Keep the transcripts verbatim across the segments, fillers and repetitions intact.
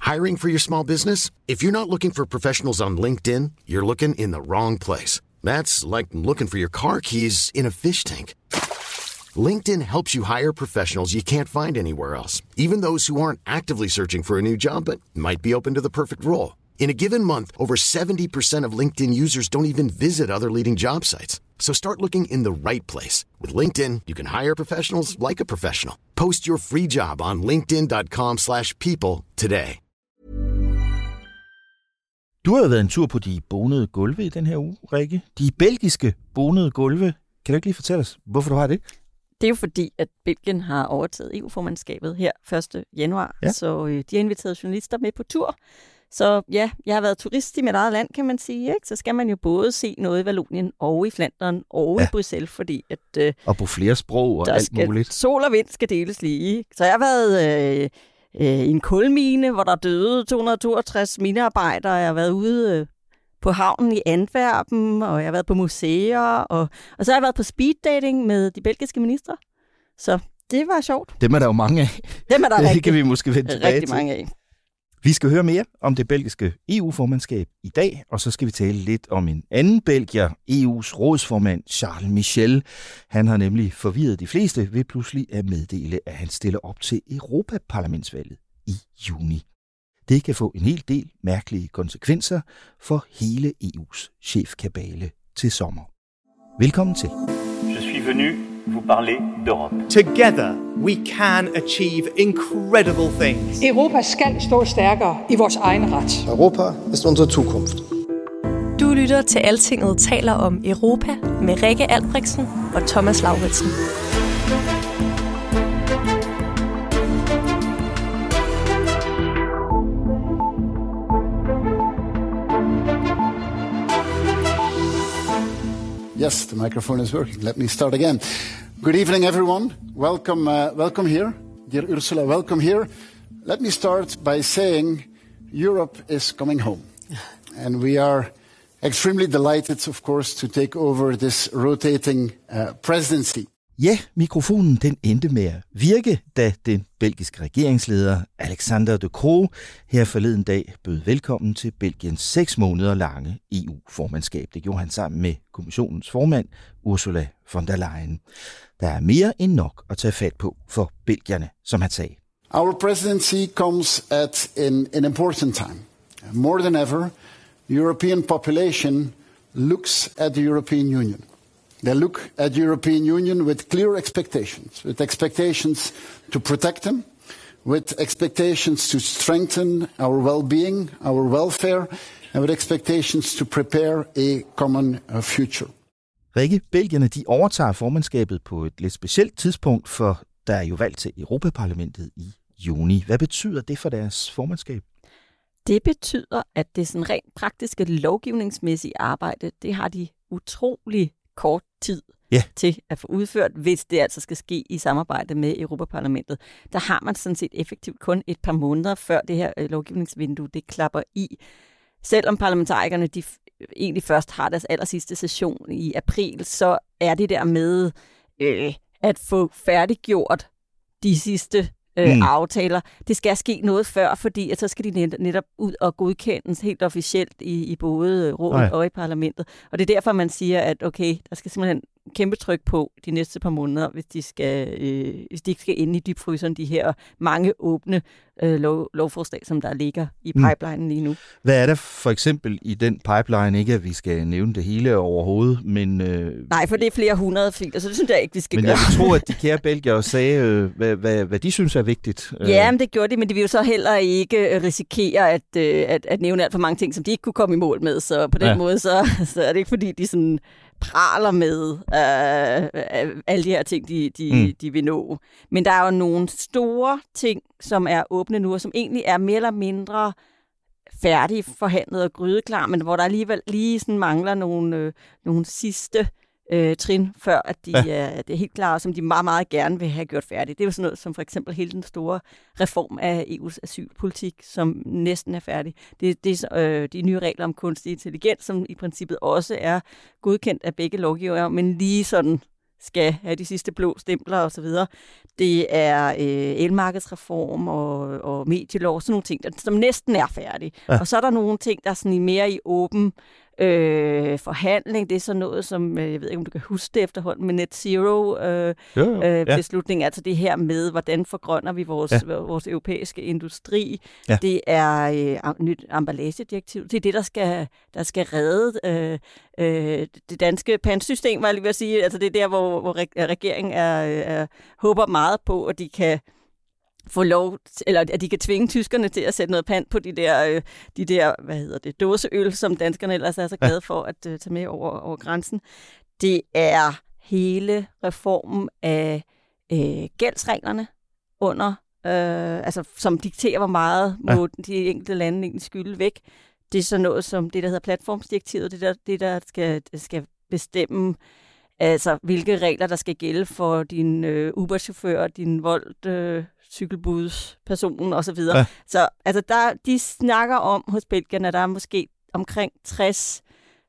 Hiring for your small business? If you're not looking for professionals on LinkedIn, you're looking in the wrong place. That's like looking for your car keys in a fish tank. LinkedIn helps you hire professionals you can't find anywhere else, even those who aren't actively searching for a new job but might be open to the perfect role. In a given month, over seventy percent of LinkedIn users don't even visit other leading job sites. So start looking in the right place. With LinkedIn, you can hire professionals like a professional. Post your free job on linkedin dot com slash people today. Du har jo været en tur på de bonede gulve i den her uge, Rikke. De belgiske bonede gulve. Kan du ikke lige fortælle os, hvorfor du har det? Det er jo fordi, at Belgien har overtaget E U-formandskabet her første januar, ja. Så øh, de har inviteret journalister med på tur. Så ja, jeg har været turist i mit eget land, kan man sige. Ikke? Så skal man jo både se noget i Vallonien og i Flandern og ja. i Bruxelles, fordi at... Øh, og på flere sprog og alt skal, muligt. Sol og vind skal deles lige. Så jeg har været øh, øh, i en kulmine, hvor der døde to hundrede og toogtres minearbejdere. Jeg har været ude øh, på havnen i Antwerpen, og jeg har været på museer, og, og så har jeg været på speeddating med de belgiske ministre. Så det var sjovt. Dem er der jo mange af. Dem er der det rigtig, kan vi måske vende tilbage rigtig til. mange af. Vi skal høre mere om det belgiske E U-formandskab i dag, og så skal vi tale lidt om en anden belgier, E U's rådsformand Charles Michel. Han har nemlig forvirret de fleste ved pludselig at meddele, at han stiller op til Europaparlamentsvalget i juni. Det kan få en hel del mærkelige konsekvenser for hele E U's chefkabale til sommer. Velkommen til. Je suis venu vous parler d'Europe. Together we can achieve incredible things. Europa skal stå stærkere i vores egen ret. Europa ist unsere Zukunft. Du lytter til Altinget taler om Europa med Rikke Albrechtsen og Thomas Lauritsen. Yes, the microphone is working. Let me start again. Good evening, everyone. Welcome, uh, welcome here. Dear Ursula, welcome here. Let me start by saying Europe is coming home. And we are extremely delighted, of course, to take over this rotating uh, presidency. Ja, mikrofonen den endte med at virke, da den belgiske regeringsleder Alexander De Croo her forleden dag bød velkommen til Belgiens seks måneder lange E U-formandskab. Det gjorde han sammen med kommissionens formand Ursula von der Leyen. Der er mere end nok at tage fat på for belgierne, som han sagde. Our presidency comes at an, an important time. More than ever, the European population looks at the European Union. They look at the European Union with clear expectations, with expectations to protect them, with expectations to strengthen our well-being, our welfare, and with expectations to prepare a common uh, future. Rikke, belgierne de overtager formandskabet på et lidt specielt tidspunkt, for der er jo valg til Europaparlamentet i juni. Hvad betyder det for deres formandskab? Det betyder, at det sådan rent praktiske lovgivningsmæssige arbejde, det har de utrolig kort tid ja. til at få udført, hvis det altså skal ske i samarbejde med Europaparlamentet. Der har man sådan set effektivt kun et par måneder før det her øh, lovgivningsvindue, det klapper i. Selvom parlamentarikerne de f- egentlig først har deres aller sidste session i april, så er det der med øh, at få færdiggjort de sidste øh, mm. aftaler. Det skal ske noget før, fordi at så skal de net, netop ud og godkendes helt officielt i, i både rådet Ej. og i parlamentet. Og det er derfor, man siger, at okay, der skal simpelthen kæmpe tryk på de næste par måneder, hvis de skal, øh, hvis de ikke skal ind i dybfryseren, de her mange åbne øh, lov, lovforslag, som der ligger i pipelinen lige nu. Hvad er der for eksempel i den pipeline? Ikke at vi skal nævne det hele overhovedet, men... Øh, Nej, for det er flere hundrede filer, så det synes jeg ikke, vi skal men gøre. Men jeg tror, at de kære belgiere sagde, øh, hvad, hvad, hvad de synes er vigtigt. Ja, men det gjorde de, men de vil jo så heller ikke risikere at, øh, at, at nævne alt for mange ting, som de ikke kunne komme i mål med. Så på den ja. måde, så, så er det ikke fordi, de sådan praler med øh, alle de her ting, de, de, mm. de vil nå. Men der er jo nogle store ting, som er åbne nu, og som egentlig er mere eller mindre færdige, forhandlet og grydeklar, men hvor der alligevel lige sådan mangler nogle, øh, nogle sidste øh, trin, før at de ja. er, det er helt klare, som de meget, meget gerne vil have gjort færdigt. Det er jo sådan noget som for eksempel hele den store reform af E U's asylpolitik, som næsten er færdig. Det, det er øh, de nye regler om kunstig intelligens, som i princippet også er godkendt af begge lovgivere, men lige sådan skal have de sidste blå stempler osv. Det er øh, elmarkedsreform og, og medielov, sådan nogle ting, der, som næsten er færdige. Ja. Og så er der nogle ting, der er sådan i mere i åben øh, forhandling. Det er sådan noget som, øh, jeg ved ikke, om du kan huske det efterhånden, med net zero øh, jo, jo. Øh, ja. beslutning. Altså det her med, hvordan forgrønner vi vores, ja. vores europæiske industri. Ja. Det er øh, nyt emballagedirektiv. Det er det, der skal, der skal redde øh, øh, det danske pantsystem, var jeg lige ved at sige. Altså det er der, hvor, hvor regeringen er, er, håber meget på, at de kan få lov, eller at de kan tvinge tyskerne til at sætte noget pant på de der, øh, de der, hvad hedder det, dåseøl, som danskerne ellers er så glade for at øh, tage med over, over grænsen. Det er hele reformen af øh, gældsreglerne under, øh, altså som dikterer, hvor meget ja. må de enkelte lande egentlig skylde væk. Det er så noget som det, der hedder platformsdirektivet, det der, det der skal, skal bestemme, altså hvilke regler, der skal gælde for din øh, Uber-chauffør, din Volt øh, cykelbudsperson og så videre. Ja. Så altså, der, de snakker om hos belgierne, at der er måske omkring tres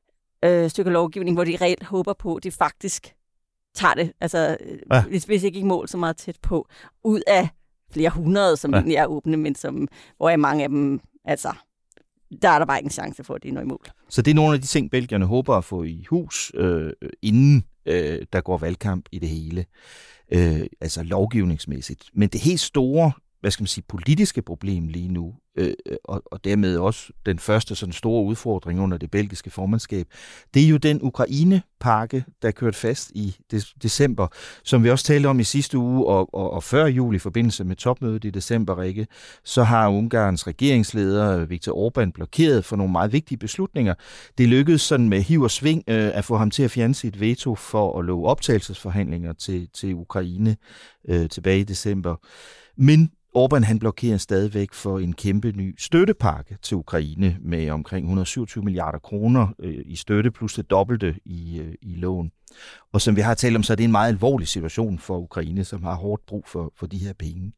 øh, stykker lovgivning, hvor de reelt håber på, at de faktisk tager det, altså ja. hvis, hvis ikke i mål så meget tæt på, ud af flere hundrede, som ja. egentlig er åbne, men som, hvor er mange af dem, altså, der er der bare ikke en chance for, at det er noget i mål. Så det er nogle af de ting, belgierne håber at få i hus, øh, inden øh, der går valgkamp i det hele. Øh, altså lovgivningsmæssigt. Men det helt store, hvad skal man sige, politiske problem lige nu, øh, og, og dermed også den første sådan store udfordring under det belgiske formandskab, det er jo den Ukraine-pakke, der kørte fast i de- december, som vi også talte om i sidste uge, og, og, og før jul i forbindelse med topmødet i december, Rikke, så har Ungarns regeringsleder Viktor Orbán blokeret for nogle meget vigtige beslutninger. Det lykkedes sådan med hiv og sving øh, at få ham til at fjerne sit veto for at love optagelsesforhandlinger til, til Ukraine øh, tilbage i december. Men Orbán han blokerer stadigvæk for en kæmpe ny støttepakke til Ukraine med omkring et hundrede og syvogtyve milliarder kroner øh, i støtte, plus det dobbelte i, øh, i lån. Og som vi har talt om, så er det en meget alvorlig situation for Ukraine, som har hårdt brug for, for de her penge.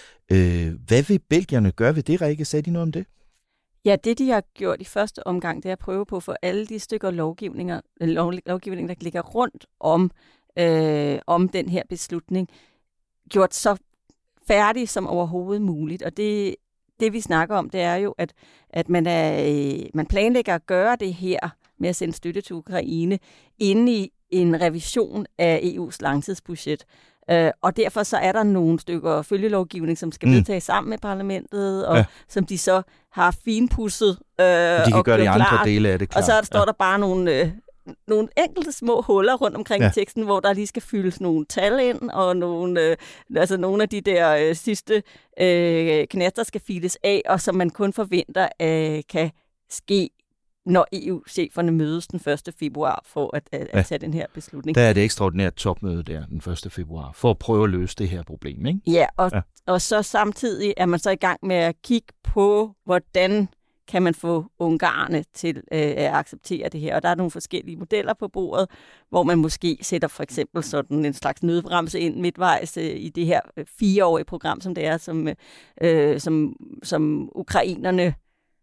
Øh, hvad vil belgierne gøre ved det, Rikke? Sagde de noget om det? Ja, det de har gjort i første omgang, det er at prøve på for alle de stykker lovgivninger, lov, lovgivning, der ligger rundt om, øh, om den her beslutning, gjort så færdig som overhovedet muligt. Og det, det vi snakker om, det er jo, at, at man, er, man planlægger at gøre det her med at sende støtte til Ukraine inde i en revision af E U's langtidsbudget. Uh, og derfor så er der nogle stykker følgelovgivning, som skal vedtages mm. sammen med parlamentet, og ja. som de så har finpudset uh, de kan og gøre de andre klart. dele af det klart. Og så står ja. der bare nogle... Uh, nogle enkelte små huller rundt omkring ja. i teksten, hvor der lige skal fyldes nogle tal ind, og nogle, øh, altså nogle af de der øh, sidste øh, knaster skal files af, og som man kun forventer øh, kan ske, når E U-cheferne mødes den første februar for at, at, ja. at tage den her beslutning. Der er det ekstraordinært topmøde der den første februar, for at prøve at løse det her problem, ikke? Ja, og, ja. og så samtidig er man så i gang med at kigge på, hvordan kan man få ungarerne til øh, at acceptere det her. Og der er nogle forskellige modeller på bordet, hvor man måske sætter for eksempel sådan en slags nødbremse ind midtvejs øh, i det her øh, fireårige program, som det er, som, øh, som, som ukrainerne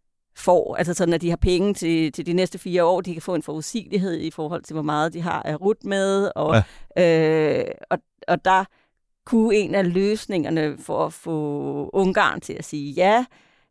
får. Altså sådan, at de har penge til, til de næste fire år. De kan få en forudsigelighed i forhold til, hvor meget de har at rutte med. Og, ja. øh, og, og der kunne en af løsningerne for at få Ungarn til at sige ja,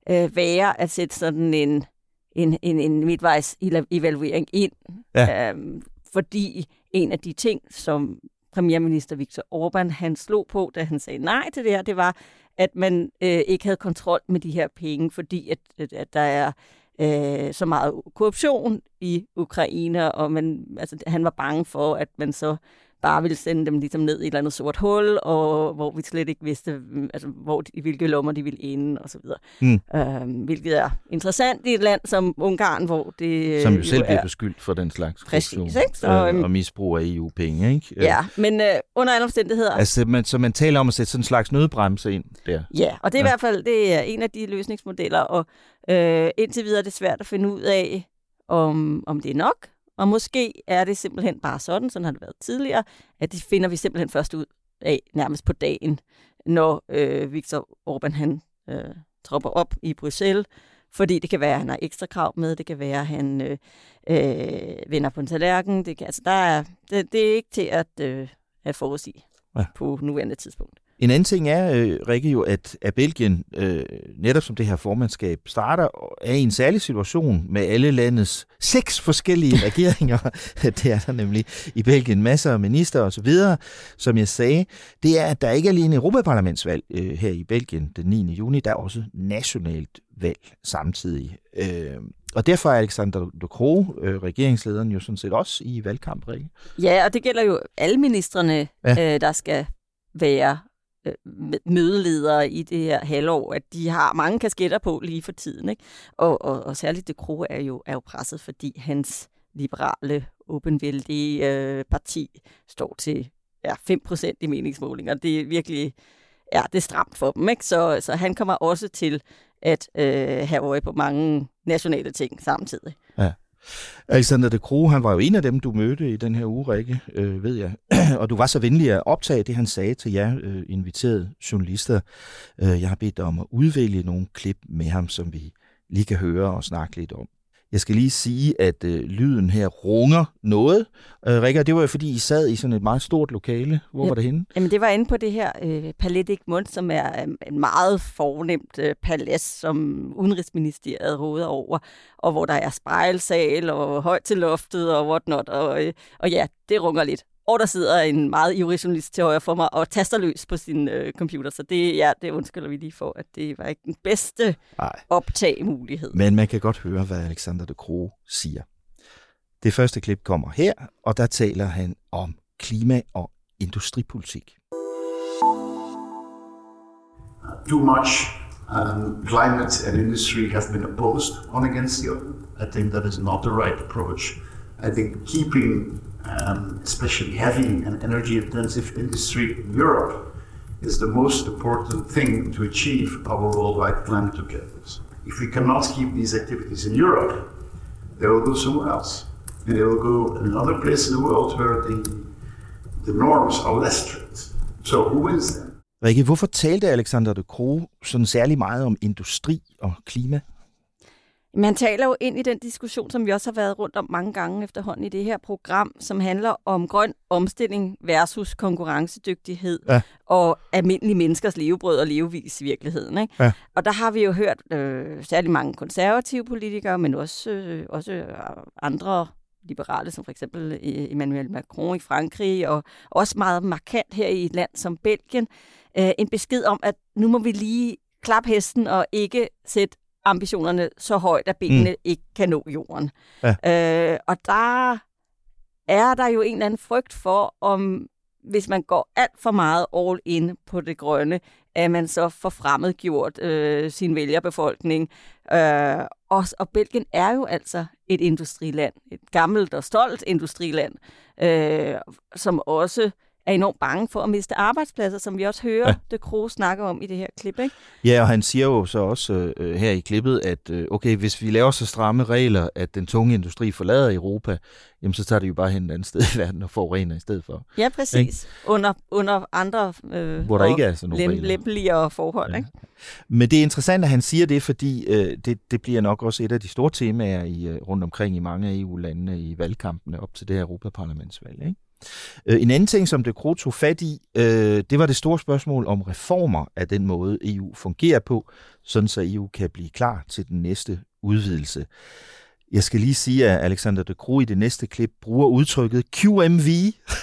være at sætte sådan en, en, en, en midtvejs evaluering ind. Ja. Øhm, fordi en af de ting, som premierminister Viktor Orbán han slog på, da han sagde nej til det her, det var, at man øh, ikke havde kontrol med de her penge, fordi at, at, at der er øh, så meget korruption i Ukraine, og man, altså, han var bange for, at man så bare ville sende dem ligesom ned i et eller andet sort hul, og hvor vi slet ikke vidste, altså, hvor de, i hvilke lommer de ville ende, og så videre. Mm. Øhm, hvilket er interessant i et land som Ungarn, hvor det Som jo selv jo bliver er beskyldt for den slags præcis, korruption ikke? Så, øh, og misbrug af E U-penge, ikke? Ja, men øh, under alle omstændigheder... Altså, man, så man taler om at sætte sådan en slags nødbremse ind der. Ja, og det er ja. i hvert fald det er en af de løsningsmodeller, og øh, indtil videre er det svært at finde ud af, om, om det er nok. Og måske er det simpelthen bare sådan, sådan har det været tidligere, at det finder vi simpelthen først ud af nærmest på dagen, når øh, Viktor Orbán han øh, tropper op i Bruxelles. Fordi det kan være, at han har ekstra krav med, det kan være, at han øh, øh, vender på en tallerken. Det, kan, altså, der er, det, det er ikke til at, øh, at forudsige ja. på nuværende tidspunkt. En anden ting er, øh, Rikke, jo, at, at Belgien, øh, netop som det her formandskab starter, er i en særlig situation med alle landets seks forskellige regeringer. Det er der nemlig i Belgien, masser af minister og så videre. Som jeg sagde, det er, at der ikke er alene Europaparlamentsvalg øh, her i Belgien den niende juni, der er også nationalt valg samtidig. Øh, og derfor er Alexander De Croo, øh, regeringslederen, jo sådan set også i valgkamp, Rikke. Ja, og det gælder jo alle ministrene, ja. øh, der skal være mødeledere i det her halvår, at de har mange kasketter på lige for tiden, ikke? Og, og, og særligt De Croo er jo, er jo presset, fordi hans liberale, åbenvældige øh, parti står til ja, fem procent i meningsmålinger. Det er virkelig ja, det er stramt for dem, ikke? Så, så han kommer også til at øh, have øje på mange nationale ting samtidig. Ja. Alexander De Croo, han var jo en af dem, du mødte i den her uge, Rikke, øh, ved jeg. Og du var så venlig at optage det, han sagde til jer øh, inviterede journalister. Øh, jeg har bedt dig om at udvælge nogle klip med ham, som vi lige kan høre og snakke lidt om. Jeg skal lige sige, at øh, lyden her runger noget. Øh, Rikke, det var jo fordi, I sad i sådan et meget stort lokale. Hvor ja, var det henne? Jamen, det var inde på det her øh, Palais d'Egmont, som er øh, en meget fornemt øh, palads, som Udenrigsministeriet råder over, og hvor der er spejlsal og højt til loftet og whatnot. Og, øh, og ja, det runger lidt. Og der sidder en meget ivrig journalist til højre for mig og taster løs på sin øh, computer. Så det, ja, det undskylder vi lige for, at det var ikke den bedste optagemulighed. Men man kan godt høre, hvad Alexander De Croo siger. Det første klip kommer her, og der taler han om klima- og industripolitik. Too much um, climate and industry have been opposed one against the other. I think that is not the right approach. I think keeping Um, especially heavy and energy-intensive industry in Europe is the most important thing to achieve our worldwide climate objectives. If we cannot keep these activities in Europe, they will go somewhere else. And they will go in another place in the world where the, the norms are less strict. So who wins then? Rikke, hvorfor talte Alexander De Croo sådan særlig meget om industri og klima? Man taler jo ind i den diskussion, som vi også har været rundt om mange gange efterhånden i det her program, som handler om grøn omstilling versus konkurrencedygtighed ja. og almindelige menneskers levebrød og levevis i virkeligheden. Ikke? Ja. Og der har vi jo hørt øh, særlig mange konservative politikere, men også, øh, også andre liberale, som for eksempel Emmanuel Macron i Frankrig, og også meget markant her i et land som Belgien, øh, en besked om, at nu må vi lige klappe hesten og ikke sætte ambitionerne så højt, at benene mm. ikke kan nå jorden. Ja. Øh, og der er der jo en eller anden frygt for, om hvis man går alt for meget all in på det grønne, at man så får fremmedgjort øh, sin vælgerbefolkning. Øh, og, og Belgien er jo altså et industriland, et gammelt og stolt industriland, øh, som også er enormt bange for at miste arbejdspladser, som vi også hører ja. De Croo snakke om i det her klip, ikke? Ja, og han siger jo så også øh, her i klippet, at øh, okay, hvis vi laver så stramme regler, at den tunge industri forlader Europa, jamen så tager det jo bare hen et andet sted i verden og forurener i stedet for. Ja, præcis. Under, under andre øh, hvor der ikke er sådan nogle lem, regler. lempeligere forhold, ja. Ikke? Men det er interessant, at han siger det, fordi øh, det, det bliver nok også et af de store temaer i, øh, rundt omkring i mange af E U-landene i valgkampene op til det her Europaparlamentsvalg, ikke? En anden ting, som De Croo tog fat i, øh, det var det store spørgsmål om reformer af den måde, E U fungerer på, sådan så E U kan blive klar til den næste udvidelse. Jeg skal lige sige, at Alexander De Croo i det næste klip bruger udtrykket Q M V.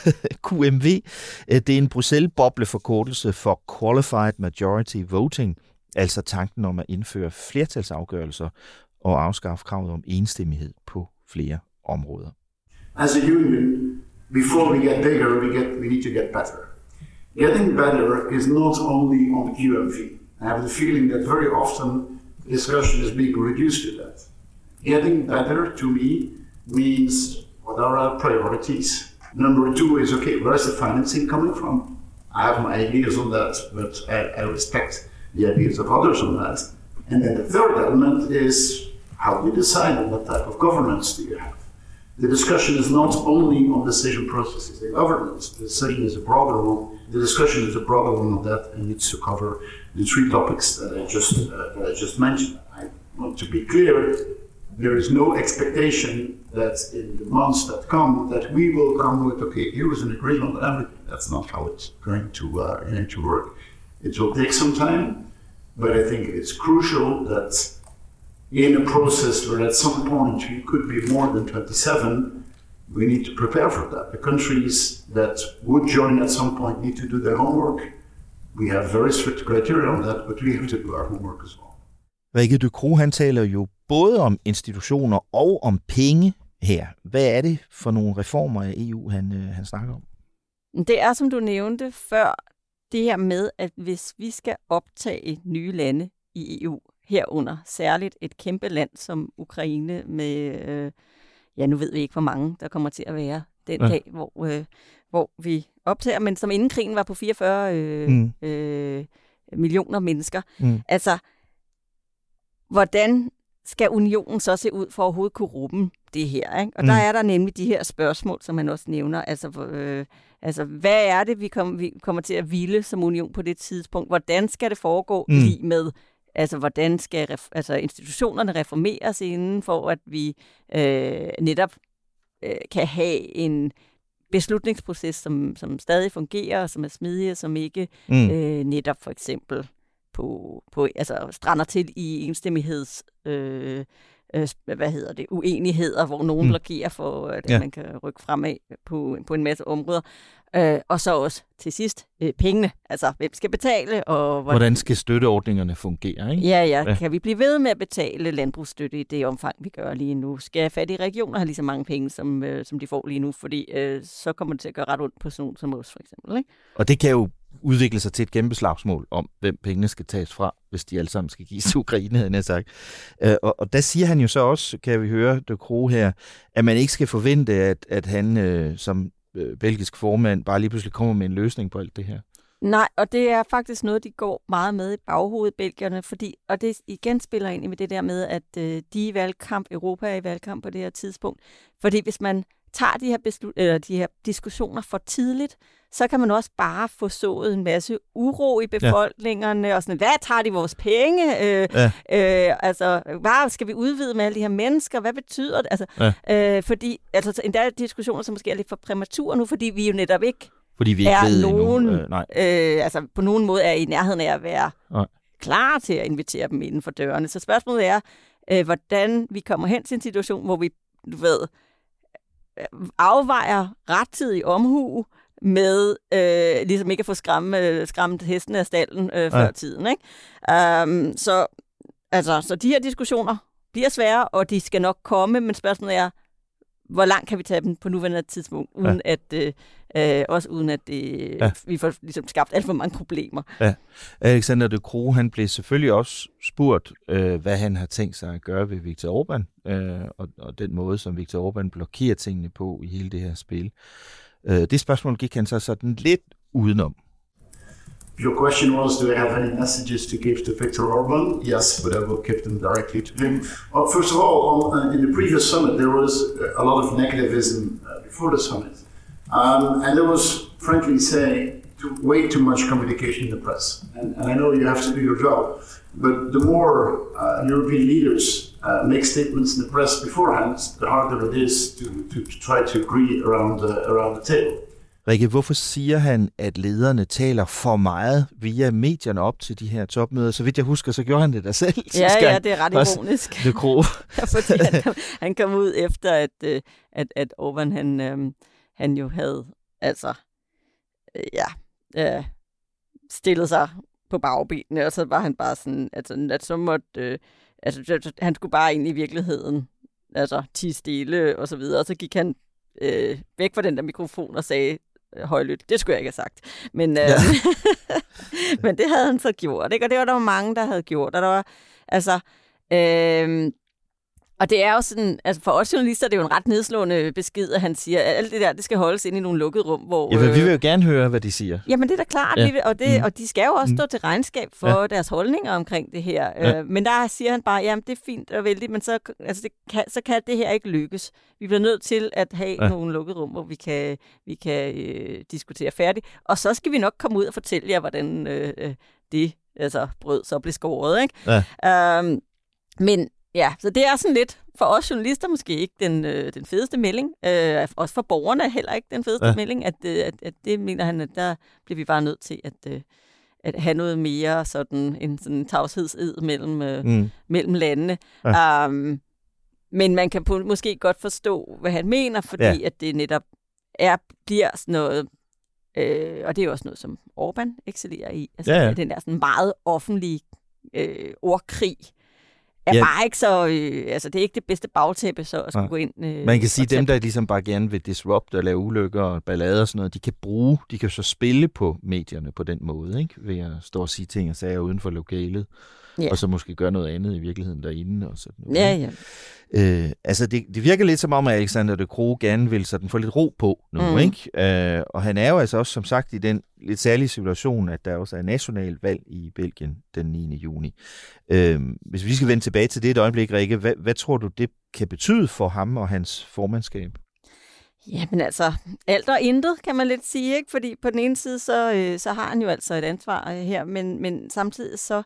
Q M V, det er en Bruxelles-bobleforkortelse for Qualified Majority Voting, altså tanken om at indføre flertalsafgørelser og afskaffe kravet om enstemmighed på flere områder. As a union, before we get bigger, we get we need to get better. Getting better is not only on Q M V. I have the feeling that very often discussion is being reduced to that. Getting better to me means what are our priorities? Number two is, okay, where's the financing coming from? I have my ideas on that, but I, I respect the ideas of others on that. And then the third element is, how do you decide on what type of governance do you have? The discussion is not only on decision processes and governance. The decision is a broader one. The discussion is a broader one of that and needs to cover the three topics that I just uh, that I just mentioned. I want to be clear. There is no expectation that in the months that come that we will come with, okay, here is an agreement on everything. That's not how it's going to uh, going to work. It will take some time, but I think it's crucial that in a process where at some point we could be more than twenty-seven, we need to prepare for that. The countries that would join at some point need to do their homework. We have very strict criteria on that, but we have to do our homework as well. Rikke Ducrot, han taler jo både om institutioner og om penge her. Hvad er det for nogle reformer af E U, han, øh, han snakker om? Det er, som du nævnte før, det her med, at hvis vi skal optage nye lande i E U, herunder særligt et kæmpe land som Ukraine med, øh, ja, nu ved vi ikke, hvor mange der kommer til at være den ja. dag, hvor, øh, hvor vi optager, men som inden krigen var på fireogfyrre øh, mm. øh, millioner mennesker. Mm. Altså, hvordan skal unionen så se ud for at overhovedet kunne rumme det her? Ikke? Og mm. der er der nemlig de her spørgsmål, som man også nævner. Altså, øh, altså hvad er det, vi, kom, vi kommer til at ville som union på det tidspunkt? Hvordan skal det foregå mm. lige med? Altså, hvordan skal ref- altså, institutionerne reformeres inden for, at vi øh, netop øh, kan have en beslutningsproces, som, som stadig fungerer, som er smidig, som ikke mm. øh, netop for eksempel på, på altså strander til i enstemmighed, øh, øh, hvad hedder det, uenigheder, hvor nogen mm. blokerer for, at ja. man kan rykke fremad på, på en masse områder. Øh, og så også til sidst øh, pengene. Altså, hvem skal betale? Og hvordan, hvordan skal støtteordningerne fungere? Ikke? Ja, ja, ja. Kan vi blive ved med at betale landbrugsstøtte i det omfang, vi gør lige nu? Skal fattige regioner have lige så mange penge, som, øh, som de får lige nu? Fordi øh, så kommer det til at gøre ret ondt på sådan nogen som os, for eksempel. Ikke? Og det kan jo udvikle sig til et kæmpe slagsmål om, hvem pengene skal tages fra, hvis de alle sammen skal gives til Ukraine, havde jeg sagt. Øh, og, og der siger han jo så også, kan vi høre Ducrot her, at man ikke skal forvente, at, at han øh, som øh, belgisk formand bare lige pludselig kommer med en løsning på alt det her. Nej, og det er faktisk noget, de går meget med i baghovedet, belgierne, fordi, og det igen spiller ind i med det der med, at øh, de er i valgkamp, Europa er i valgkamp på det her tidspunkt, fordi hvis man tager de her, beslut, eller de her diskussioner for tidligt, så kan man også bare få sået en masse uro i befolkningerne, ja. og sådan, hvad tager de vores penge? Øh, ja. øh, altså, hvad skal vi udvide med alle de her mennesker? Hvad betyder det? Altså, ja. øh, fordi, altså, endda diskussioner, som måske er lidt for præmatur nu, fordi vi jo netop ikke Fordi vi ikke er ved nogen, endnu. Øh, nej. Øh, altså på nogen måde er i nærheden af at være nej. klar til at invitere dem inden for dørene. Så spørgsmålet er, øh, hvordan vi kommer hen til en situation, hvor vi, du ved, afvejer rettidig omhu med øh, ligesom ikke at få skræmme, skræmt hesten af stallen øh, før ja. tiden. Ikke? Um, så, altså, så de her diskussioner bliver svære, og de skal nok komme, men spørgsmålet er, hvor langt kan vi tage dem på nuværende tidspunkt, uden ja. at øh, øh, også uden at øh, ja. vi får ligesom skabt alt for mange problemer. Ja. Alexander Ducrot, han blev selvfølgelig også spurgt, øh, hvad han har tænkt sig at gøre ved Viktor Orbán, øh, og, og den måde, som Viktor Orbán blokerer tingene på i hele det her spil. Øh, det spørgsmål gik han så sådan lidt udenom. Your question was, do I have any messages to give to Viktor Orbán? Yes, but I will give them directly to him. Well, first of all, on, uh, in the previous summit, there was a lot of negativism uh, before the summit. Um, and there was, frankly say, too, way too much communication in the press. And, and I know you have to do your job, but the more uh, European leaders uh, make statements in the press beforehand, the harder it is to, to, to try to agree around the, around the table. Rikke, hvorfor siger han, at lederne taler for meget via medierne op til de her topmøder? Så vidt jeg husker, så gjorde han det da selv. Ja, ja, det er ret ironisk. Det grove. Fordi han kom, han kom ud efter, at, at, at Orbán, han, øhm, han jo havde altså, øh, ja, øh, stillet sig på bagbenene, og så var han bare sådan, altså, at så måtte, øh, altså, han skulle bare ind i virkeligheden, altså, tie stille og så videre, og så gik han øh, væk fra den der mikrofon og sagde, højlydt. Det skulle jeg ikke have sagt. Men, øh, ja. men det havde han så gjort, ikke? Og det var der mange, der havde gjort. Og der var, altså, øh, og det er jo sådan, altså for os journalister, det er jo en ret nedslående besked, at han siger, at alt det der, det skal holdes inde i nogle lukkede rum, hvor... Ja, men vi vil jo gerne høre, hvad de siger. Jamen, det er da klart, ja. vi vil, og, det, mm. og de skal jo også stå til regnskab for ja. deres holdninger omkring det her. Ja. Øh, men der siger han bare, jamen, det er fint og vældigt, men så, altså, det kan, så kan det her ikke lykkes. Vi bliver nødt til at have ja. nogle lukkede rum, hvor vi kan, vi kan øh, diskutere færdigt. Og så skal vi nok komme ud og fortælle jer, hvordan øh, det altså, brød så blev skåret, ikke? Ja. Um, men ja, så det er sådan lidt for os journalister måske ikke den, øh, den fedeste melding. Øh, også for borgerne heller ikke den fedeste ja. melding. At, øh, at, at det mener han, at der bliver vi bare nødt til at, øh, at have noget mere sådan en sådan tavshedsed mellem, øh, mm. mellem landene. Ja. Um, men man kan på, måske godt forstå, hvad han mener, fordi ja. at det netop er, bliver sådan noget, øh, og det er jo også noget, som Orbán excellerer i. Altså ja, ja. den der sådan meget offentlige øh, ordkrig. Er ja. bare ikke så, øh, altså det er ikke det bedste bagtæppe så at skulle ja. gå ind. Øh, Man kan sige, dem der ligesom bare gerne vil disrupte og lave ulykker og ballader og sådan noget, de kan bruge, de kan så spille på medierne på den måde, ikke? Ved at stå og sige ting og sager uden for lokalet, ja. og så måske gøre noget andet i virkeligheden derinde og sådan noget. Ja, ja. Øh, altså det, det virker lidt som om, at Alexander De Croo gerne vil sådan få lidt ro på nu, mm. ikke? Øh, og han er jo altså også som sagt i den lidt særlige situation, at der også er national valg i Belgien den niende juni. Øh, hvis vi skal vende tilbage til det et øjeblik, Rikke, hvad, hvad tror du, det kan betyde for ham og hans formandskab? Jamen altså, alt og intet, kan man lidt sige, ikke? Fordi på den ene side, så, øh, så har han jo altså et ansvar øh, her, men, men samtidig så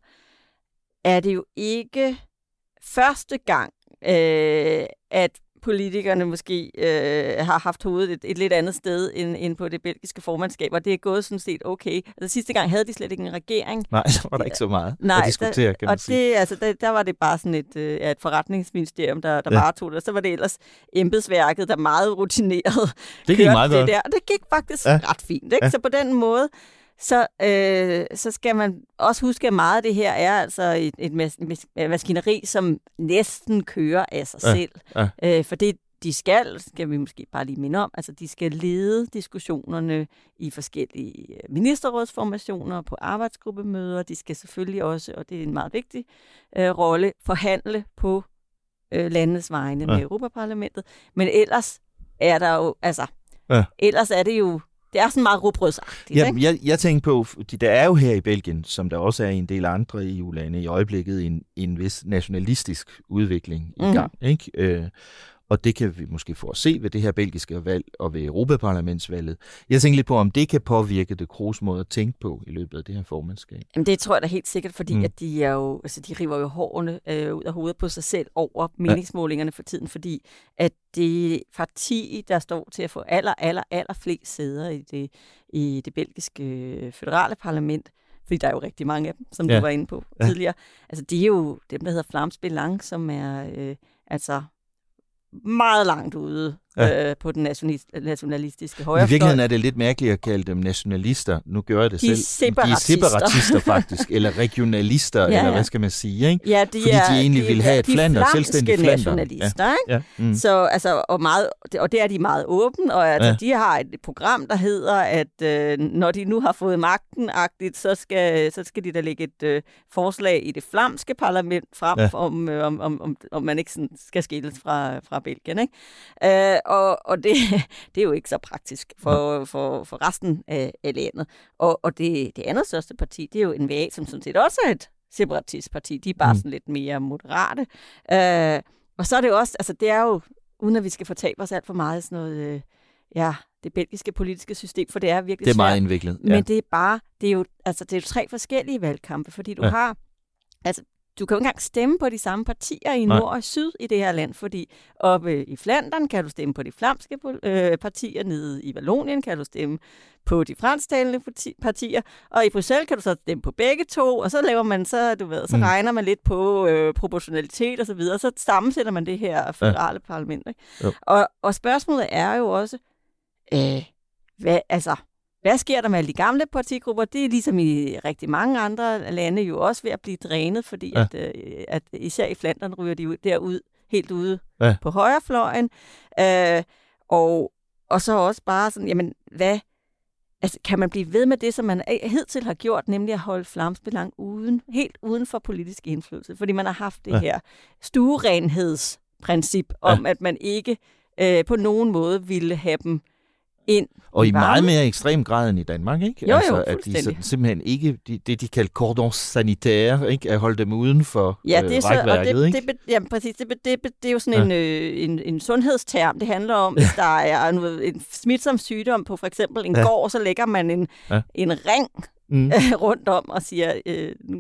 er det jo ikke første gang, øh, at politikerne måske øh, har haft hovedet et, et lidt andet sted end, end på det belgiske formandskab, og det er gået sådan set okay. Altså sidste gang havde de slet ikke en regering. Nej, så var der ikke så meget Nej, at diskutere, der, kan man og sige. Det, altså, der, der var det bare sådan et, øh, et forretningsministerium, der, der ja. bare tog det, og så var det ellers embedsværket, der meget rutineret det gik meget det godt. der, og det gik faktisk ja. ret fint. Ikke? Ja. Så på den måde, Så, øh, så skal man også huske, at meget af det her er altså et, et mas- mas- maskineri, som næsten kører af sig ja, selv. Ja. Øh, for det, de skal, skal vi måske bare lige minde om, altså de skal lede diskussionerne i forskellige ministerrådsformationer, på arbejdsgruppemøder. De skal selvfølgelig også, og det er en meget vigtig øh, rolle, forhandle på øh, landets vegne ja. med Europaparlamentet. Men ellers er der jo, altså, ja. ellers er det jo Det er sådan meget rugbrødsagtigt, ja, ikke? Jeg, jeg tænker på, fordi der er jo her i Belgien, som der også er i en del andre E U-lande, i øjeblikket en, en vis nationalistisk udvikling i gang, mm. ikke? Øh, og det kan vi måske få at se ved det her belgiske valg og ved Europaparlamentsvalget. Jeg tænker lidt på, om det kan påvirke De Croos måde at tænke på i løbet af det her formandskab. Jamen det tror jeg da helt sikkert, fordi mm. at de er jo, altså de river jo hårene øh, ud af hovedet på sig selv over meningsmålingerne for tiden, fordi at det parti, der står til at få aller, aller, aller flest sæder i det, i det belgiske føderale parlament, fordi der er jo rigtig mange af dem, som ja. du var inde på ja. tidligere. Altså det er jo dem, der hedder Vlaams Belang, som er øh, altså meget langt ude ja. øh, på den nationalistiske højrefløj. I virkeligheden er det lidt mærkeligt at kalde dem nationalister. Nu gør jeg det de selv. Separatister. De er separatister faktisk, eller regionalister, ja, ja. eller hvad skal man sige, ikke? Ja, de fordi er, de egentlig de, vil have et Flandern, selvstændigt Flandern. nationalister, ja. ikke? Ja. Mm. Så, altså, og, meget, og det er de meget åbne, og altså, ja. de har et program, der hedder, at øh, når de nu har fået magten-agtigt, så skal, så skal de da lægge et øh, forslag i det flamske parlament frem, ja. om, øh, om, om, om, om man ikke sådan skal skilles fra, fra Belgien, ikke? Øh, og, og det, det er jo ikke så praktisk for, for, for resten af, af landet. Og, og det, det andet største parti, det er jo N V A, som sådan set også er et separatistparti. De er bare mm. sådan lidt mere moderate. Øh, og så er det jo også, altså det er jo, uden at vi skal fortabe os alt for meget sådan noget, øh, ja, det belgiske politiske system, for det er virkelig det er meget svært. indviklet. Ja. Men det er bare, det er jo, altså det er jo tre forskellige valgkampe, fordi du ja. har, altså du kan jo ikke engang stemme på de samme partier i nord og syd i det her land, fordi oppe i Flandern kan du stemme på de flamske øh, partier, nede i Vallonien kan du stemme på de fransktalende partier, og i Bruxelles kan du så stemme på begge to, og så laver man så, du ved, så mm. regner man lidt på øh, proportionalitet og så videre, og så sammensætter man det her føderale ja. parlament. Ikke? Og, og spørgsmålet er jo også, øh, hvad, altså, hvad sker der med alle de gamle partigrupper? Det er ligesom i rigtig mange andre lande jo også ved at blive drænet, fordi ja. at, øh, at især i Flandern ryger de ud, derud, helt ude ja. på højrefløjen. Øh, og, og så også bare sådan, jamen, hvad, altså, kan man blive ved med det, som man hidtil har gjort, nemlig at holde Vlaams Belang uden, helt uden for politisk indflydelse? Fordi man har haft det ja. her stuerenhedsprincip om, ja. at man ikke øh, på nogen måde ville have dem ind. Og i, i meget mere ekstrem grad end i Danmark, ikke? Jo, altså, jo, at de sådan, simpelthen ikke, de, det de kalder cordon sanitaire, ikke? At holde dem uden for ja, det er øh, så, rækværket, og det, ikke? Det, ja, præcis. Det, det, det, det er jo sådan ja. en, øh, en, en sundhedsterm. Det handler om, hvis der er noget, en smitsom sygdom på for eksempel en ja. gård, så lægger man en, ja. en ring mm. øh, rundt om og siger, øh,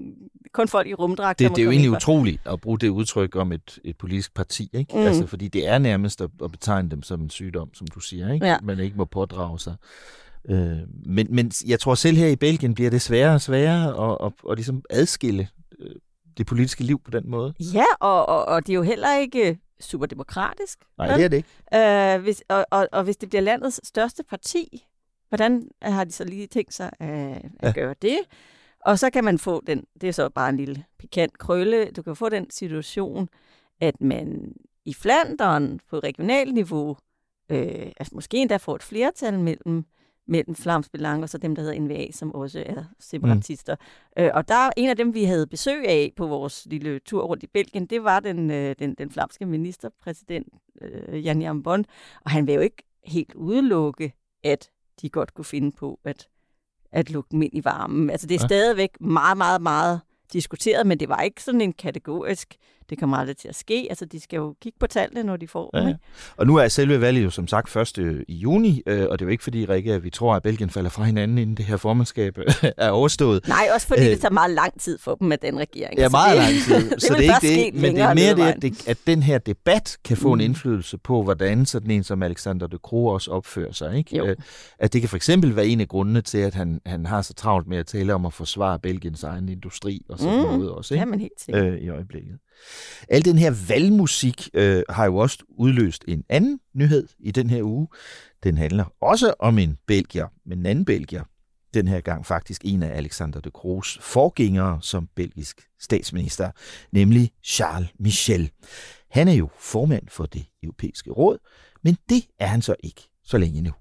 kun folk i rumdragt. Det, det er jo egentlig utroligt at bruge det udtryk om et, et politisk parti, ikke? Mm. Altså, fordi det er nærmest at, at betegne dem som en sygdom, som du siger, ikke? Ja. Man ikke må pådrage sig. Øh, men, men jeg tror selv her i Belgien bliver det sværere og sværere at, at, at, at ligesom adskille øh, det politiske liv på den måde. Ja, og, og, og det er jo heller ikke super demokratisk. Nej, det er det ikke. Øh, hvis, og, og, og hvis det bliver landets største parti, hvordan har de så lige tænkt sig at, at ja. gøre det? Og så kan man få den, det er så bare en lille pikant krølle, du kan få den situation, at man i Flandern på regionalt niveau, øh, altså måske endda får et flertal mellem, mellem Flams Belang og så dem, der hedder N V A, som også er separatister. Mm. Øh, og der er en af dem, vi havde besøg af på vores lille tur rundt i Belgien, det var den, øh, den, den flamske ministerpræsident, øh, Jan Jambon, og han vil jo ikke helt udelukke, at de godt kunne finde på at, at lukke dem ind i varmen. Altså det er ja. stadigvæk meget, meget, meget diskuteret, men det var ikke sådan en kategorisk, det kommer aldrig til at ske. Altså de skal jo kigge på tallene, når de får dem. Ja. Og nu er selve valget jo som sagt første i juni, øh, og det er jo ikke fordi, Rikke, at vi tror, at Belgien falder fra hinanden, inden det her formandskab er overstået. Nej, også fordi Æh, det tager meget lang tid for dem med den regering. Ja, meget lang tid. det så det er ikke det, men det er mere det, at, det, at den her debat kan få mm. en indflydelse på, hvordan sådan en som Alexander De Croo også opfører sig. Ikke? Øh, at det kan for eksempel være en af grundene til, at han, han har så travlt med at tale om at forsvare Belgiens egen industri og sådan mm. noget også. Ikke? Ja, men helt sikkert. Øh, I øjeblikket. Al den her valgmusik øh, har jo også udløst en anden nyhed i den her uge. Den handler også om en belgier, men en anden belgier. Den her gang faktisk en af Alexander De Croos forgængere som belgisk statsminister, nemlig Charles Michel. Han er jo formand for det europæiske råd, men det er han så ikke så længe nu.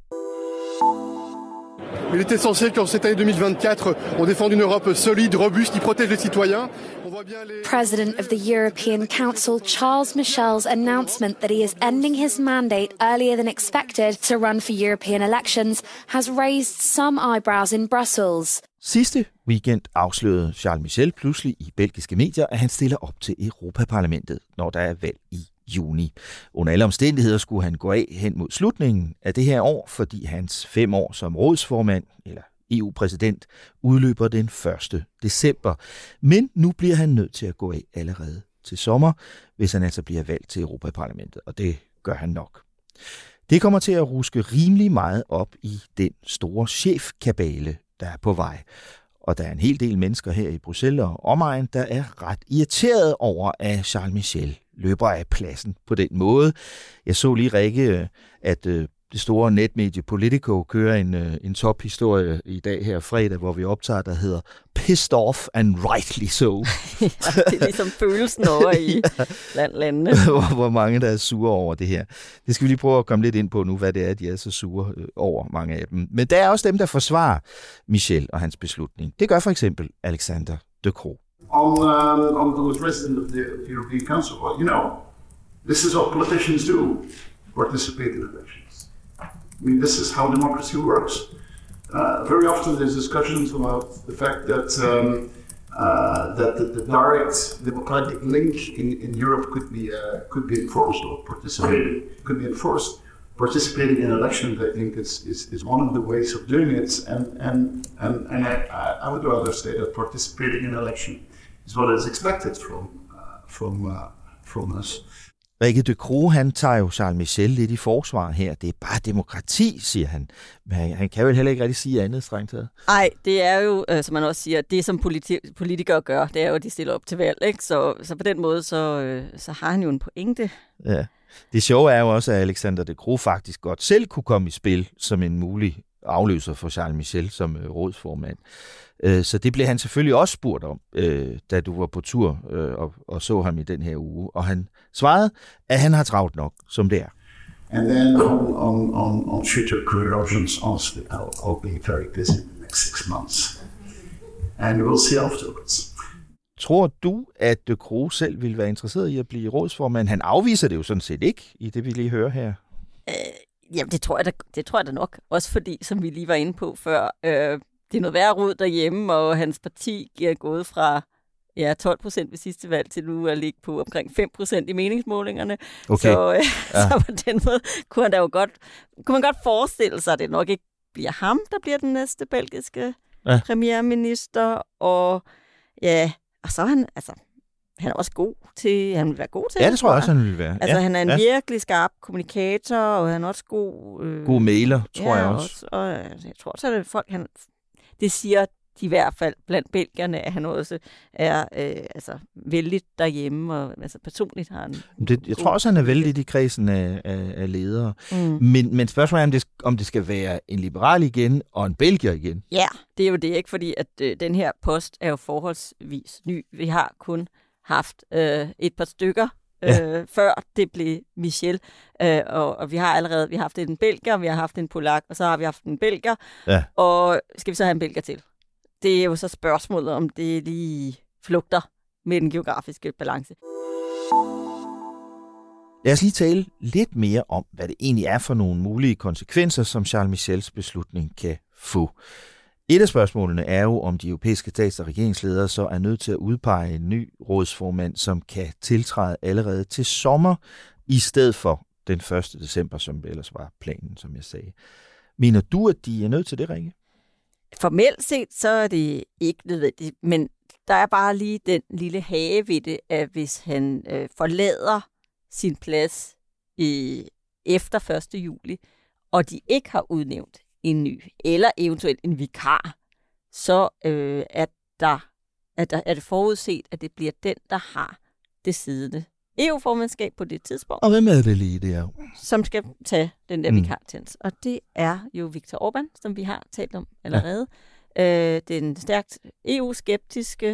Il est essentiel qu'en cette année deux mille vingt-quatre, on défende une Europe solide, robuste, qui protège les citoyens. On voit bien les... President of the European Council, Charles Michel's announcement that he is ending his mandate earlier than expected to run for European elections has raised some eyebrows in Brussels. Sidste weekend afslørede Charles Michel pludselig i belgiske medier, at han stiller op til Europaparlamentet, når der er valg i juni. Under alle omstændigheder skulle han gå af hen mod slutningen af det her år, fordi hans fem år som rådsformand, eller E U-præsident, udløber den første december. Men nu bliver han nødt til at gå af allerede til sommer, hvis han altså bliver valgt til Europaparlamentet, og det gør han nok. Det kommer til at ruske rimelig meget op i den store chefkabale, der er på vej. Og der er en hel del mennesker her i Bruxelles og omegn, der er ret irriteret over, at Charles Michel løber af pladsen på den måde. Jeg så lige, Rikke, at det store netmedie Politico kører en, en tophistorie i dag her fredag, hvor vi optager, der hedder Pissed Off and Rightly So. Ja, det er ligesom følelsen over i ja. blandt landene. hvor, hvor mange, der er sure over det her. Det skal vi lige prøve at komme lidt ind på nu, hvad det er, de er så sure over, mange af dem. Men der er også dem, der forsvarer Michel og hans beslutning. Det gør for eksempel Alexander De Croo. On, um, on the president of the European Council, well, you know, this is what politicians do, participate in elections. I mean, this is how democracy works. Uh, very often there's discussions about the fact that um, uh, that the, the direct democratic link in, in Europe could be uh, could be enforced or participated could be enforced. Participating in elections, I think, is, is, is one of the ways of doing it, and and and, and I, I would rather say that participating in election is what is expected from uh, from uh, from us. Rikke De Croo, han tager jo Charles Michel lidt i forsvar her. Det er bare demokrati, siger han. Men han kan jo heller ikke rigtig sige andet, strengt taget. Nej, det er jo, øh, som man også siger, det som politi- politikere gør, det er jo, at de stiller op til valg, ikke? Så, så på den måde, så, øh, så har han jo en pointe. Ja. Det sjove er jo også, at Alexander De Croo faktisk godt selv kunne komme i spil som en mulig afløser for Charles Michel som øh, rådsformand. Så det blev han selvfølgelig også spurgt om, øh, da du var på tur øh, og, og så ham i den her uge. Og han svarede, at han har travlt nok, som det er. And then on, on, on, on future career options, honestly, I'll, I'll be very busy in the next six months. And we'll see afterwards. Tror du, at De Croo selv ville være interesseret i at blive rådsformand? Han afviser det jo sådan set ikke, i det vi lige hører her. Øh, jamen, det tror, jeg da, det tror jeg da nok. Også fordi, som vi lige var inde på før, øh, det er noget værre rod derhjemme, og hans parti er gået fra ja, tolv procent ved sidste valg til nu at ligge på omkring fem procent i meningsmålingerne. Okay. Så, øh, ja. så på den måde kunne, han da jo godt, kunne man godt forestille sig, at det nok ikke bliver ham, der bliver den næste belgiske ja. premierminister. Og ja, Og så er han, altså, han er også god til, han vil være god til. Ja, det tror jeg også, han vil være. Altså, ja, han er en ja. virkelig skarp kommunikator, og han er også god... Øh, god mailer, tror ja, jeg også. også. Og altså, jeg tror også, at folk, han, det siger de i hvert fald blandt belgierne, at han også er øh, altså, vældig derhjemme, og altså, personligt har han... Det, jeg tror også, han er vældig i kredsen af, af, af ledere. Mm. Men, men spørgsmålet er, om det, om det skal være en liberal igen, og en belgier igen. Ja, det er jo det, ikke? Fordi at øh, den her post er jo forholdsvis ny. Vi har kun haft øh, et par stykker, øh, ja. før det blev Michel. Øh, og, og vi har allerede vi har haft en belgier, vi har haft en polak, og så har vi haft en belgier. Ja. Og skal vi så have en belgier til? Det er jo så spørgsmålet, om det lige flugter med den geografiske balance. Lad os lige tale lidt mere om, hvad det egentlig er for nogle mulige konsekvenser, som Charles Michels beslutning kan få. Et af spørgsmålene er jo, om de europæiske stats- og regeringsledere så er nødt til at udpege en ny rådsformand, som kan tiltræde allerede til sommer, i stedet for den første december, som ellers var planen, som jeg sagde. Mener du, at de er nødt til det, Rikke? Formelt set, så er det ikke nødvendigt, men der er bare lige den lille hage ved det, at hvis han øh, forlader sin plads i, efter første juli, og de ikke har udnævnt en ny, eller eventuelt en vikar, så øh, er, der, er, der, er det forudset, at det bliver den, der har det siddende E U-formandskab på det tidspunkt. Og hvem er det lige der? Som skal tage den der mm. vikartjens. Og det er jo Viktor Orbán, som vi har talt om allerede. Ja. Øh, den stærkt E U-skeptiske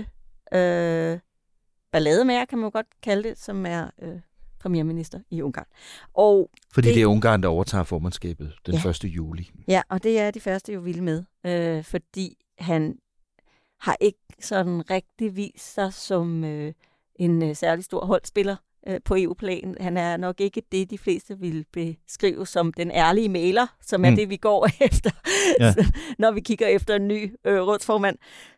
øh, ballademager, kan man jo godt kalde det, som er øh, premierminister i Ungarn. Og Fordi det, det er Ungarn, der overtager formandskabet den ja. første juli. Ja, og det er de første jo vilde med. Øh, fordi han har ikke sådan rigtig vist sig som øh, en øh, særlig stor holdspiller på E U-plan. Han er nok ikke det, de fleste vil beskrive som den ærlige mailer, som er mm. det, vi går efter, ja. når vi kigger efter en ny øh, rådsformand.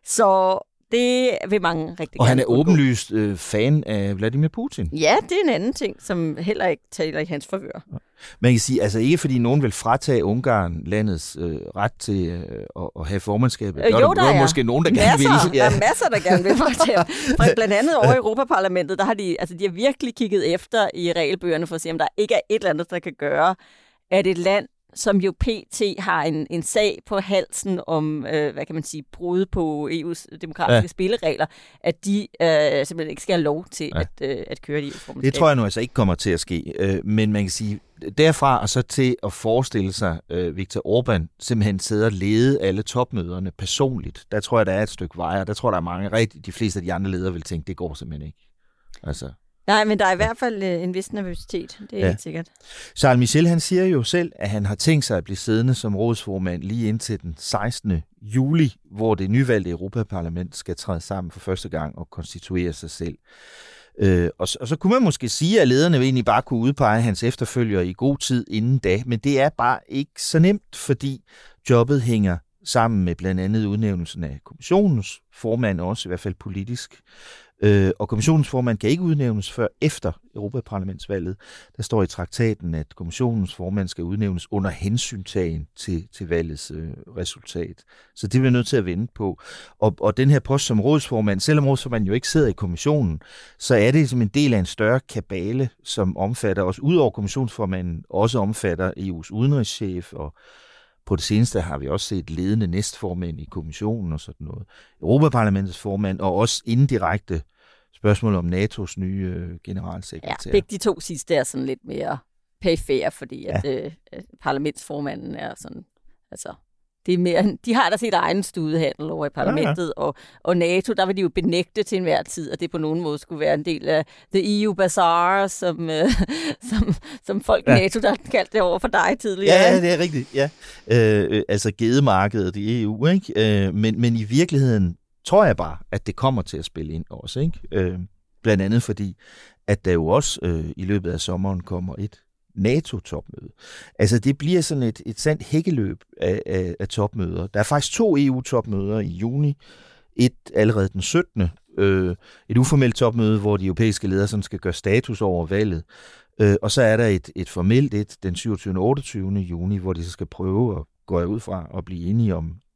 Så det vil mange rigtig Og gerne han er undgå. åbenlyst øh, fan af Vladimir Putin. Ja, det er en anden ting, som heller ikke taler i hans favør. Man kan sige, altså ikke fordi nogen vil fratage Ungarn landets øh, ret til øh, at, at have formandskabet. Øh, jo, der, der er måske nogen, der masser, gerne vil. Ja. Der er masser, der gerne vil fratage. Blandt andet over i Europaparlamentet, der har de, altså, de har virkelig kigget efter i regelbøgerne for at se, om der ikke er et eller andet, der kan gøre, at et land, som jo P T har en, en sag på halsen om, øh, hvad kan man sige, brud på E U's demokratiske ja. spilleregler, at de øh, simpelthen ikke skal have lov til ja. at, øh, at køre det E U-formandskab. Det tror jeg nu altså ikke kommer til at ske. Øh, men man kan sige, derfra og så til at forestille sig, øh, Viktor Orbán simpelthen sidder og lede alle topmøderne personligt, der tror jeg, der er et stykke vej, og der tror jeg, der er mange, rigtig de fleste af de andre ledere vil tænke, det går simpelthen ikke. Altså... Nej, men der er i hvert fald øh, en vis nervøsitet. Det er ja. helt sikkert. Charles Michel, han siger jo selv, at han har tænkt sig at blive siddende som rådsformand lige indtil den sekstende juli, hvor det nyvalgte Europaparlament skal træde sammen for første gang og konstituere sig selv. Øh, og, så, og så kunne man måske sige, at lederne egentlig bare kunne udpege hans efterfølgere i god tid inden da, men det er bare ikke så nemt, fordi jobbet hænger sammen med blandt andet udnævnelsen af kommissionens formand, også i hvert fald politisk. Øh, og kommissionens formand kan ikke udnævnes før efter Europaparlamentsvalget. Der står i traktaten, at kommissionens formand skal udnævnes under hensyntagen til, til valgets øh, resultat. Så det bliver nødt til at vente på. Og, og den her post som rådsformand, selvom rådsformanden jo ikke sidder i kommissionen, så er det som en del af en større kabale, som omfatter også, udover kommissionsformanden, også omfatter E U's udenrigschef, og på det seneste har vi også set ledende næstformænd i kommissionen og sådan noget. Europaparlamentets formand, og også indirekte spørgsmål om N A T O's nye øh, generalsekretær. Ja, begge de to sidste er sådan lidt mere perifære, fordi ja. at øh, parlamentsformanden er sådan, altså, det er mere, de har der sit egen studehandel over i parlamentet, ja, ja. Og, og NATO, der vil de jo benægte til enhver tid, at det på nogen måde skulle være en del af the E U Bazaar, som, øh, som, som folk i ja. NATO, der kaldte det over for dig tidligere. Ja, ja, det er rigtigt, ja. Øh, altså gedemarkedet i E U, ikke? Øh, men, men i virkeligheden tror jeg bare, at det kommer til at spille ind også, ikke? Øh, blandt andet fordi, at der jo også øh, i løbet af sommeren kommer et NATO-topmøde. Altså, det bliver sådan et, et sandt hækkeløb af, af, af topmøder. Der er faktisk to E U-topmøder i juni. Et allerede den syttende Øh, et uformelt topmøde, hvor de europæiske ledere sådan skal gøre status over valget. Øh, og så er der et, et formelt et den syvogtyvende og otteogtyvende juni, hvor de så skal prøve at gå ud fra at blive enige om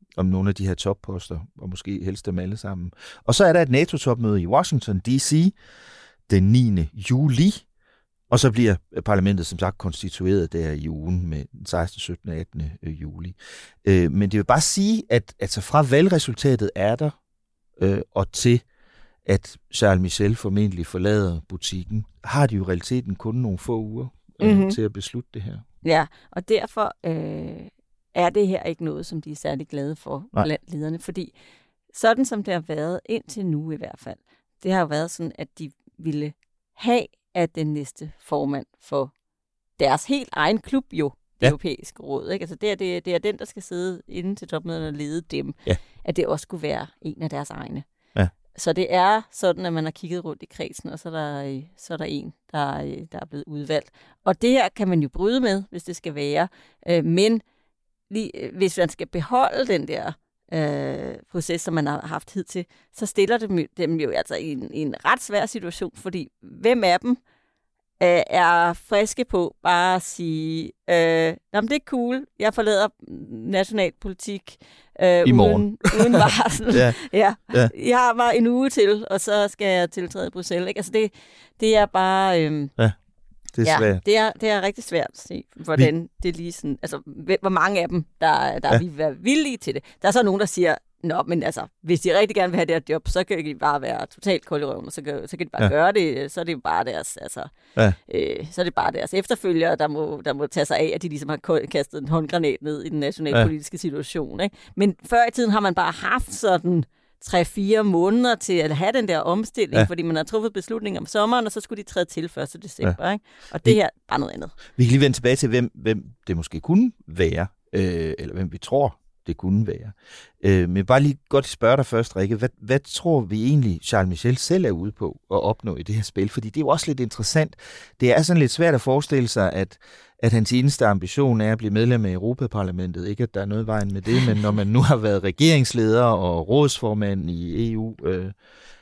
om nogle af de her topposter, og måske helst dem alle sammen. Og så er der et NATO-topmøde i Washington D C den niende juli, og så bliver parlamentet som sagt konstitueret der i ugen med sekstende, syttende og attende juli. Øh, men det vil bare sige, at altså fra valgresultatet er der, øh, og til at Charles Michel formentlig forlader butikken, har de jo i realiteten kun nogle få uger øh, mm-hmm. til at beslutte det her. Ja, og derfor øh, er det her ikke noget, som de er særlig glade for Nej. blandt lederne, fordi sådan som det har været indtil nu i hvert fald, det har jo været sådan, at de ville have, at den næste formand for deres helt egen klub jo, det ja. europæiske råd, ikke? Altså det er, det, det er den, der skal sidde inde til topmøderne og lede dem, ja. at det også skulle være en af deres egne. Ja. Så det er sådan, at man har kigget rundt i kredsen, og så er der, så er der en, der, der er blevet udvalgt. Og det her kan man jo bryde med, hvis det skal være. Men lige, hvis man skal beholde den der øh, proces, som man har haft hidtil, så stiller dem, dem jo altså i en, i en ret svær situation, fordi hvem af dem øh, er friske på bare at sige, øh, jamen det er cool, jeg forlader nationalpolitik øh, i morgen. Uden, uden varsel. ja. Ja. Ja. Jeg har bare en uge til, og så skal jeg tiltræde i Bruxelles. Ikke? Altså det, det er bare... Øh, ja. Det er svært. Ja, det er, det er rigtig svært at se, hvordan Vi... det lige sådan... Altså, hvor mange af dem, der, der ja. vil være villige til det. Der er så nogen, der siger, nå, men altså, hvis de rigtig gerne vil have det her job, så kan de bare være totalt kold i røven, og så kan, så kan de bare ja. gøre det. Så er det jo bare deres, altså... Ja. Øh, så er det bare deres efterfølgere, der må, der må tage sig af, at de ligesom har kastet en håndgranat ned i den nationalpolitiske ja. situation, ikke? Men før i tiden har man bare haft sådan... tre-fire måneder til at have den der omstilling, ja. fordi man har truffet beslutninger om sommeren, og så skulle de træde til første december. Ja. Ikke? Og det her er bare noget andet. Vi kan lige vende tilbage til, hvem, hvem det måske kunne være, øh, eller hvem vi tror, det kunne være. Øh, men bare lige godt spørge dig først, Rikke. Hvad, hvad tror vi egentlig, Charles Michel selv er ude på at opnå i det her spil? Fordi det er jo også lidt interessant. Det er sådan lidt svært at forestille sig, at at hans eneste ambition er at blive medlem af Europaparlamentet. Ikke, at der er noget i vejen med det, men når man nu har været regeringsleder og rådsformand i E U, øh,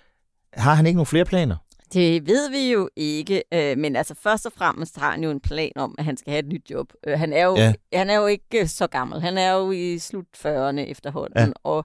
har han ikke nogen flere planer? Det ved vi jo ikke, øh, men altså først og fremmest har han jo en plan om, at han skal have et nyt job. Øh, han, er jo, ja. han er jo ikke så gammel. Han er jo i slut fyrrerne efterhånden, ja. og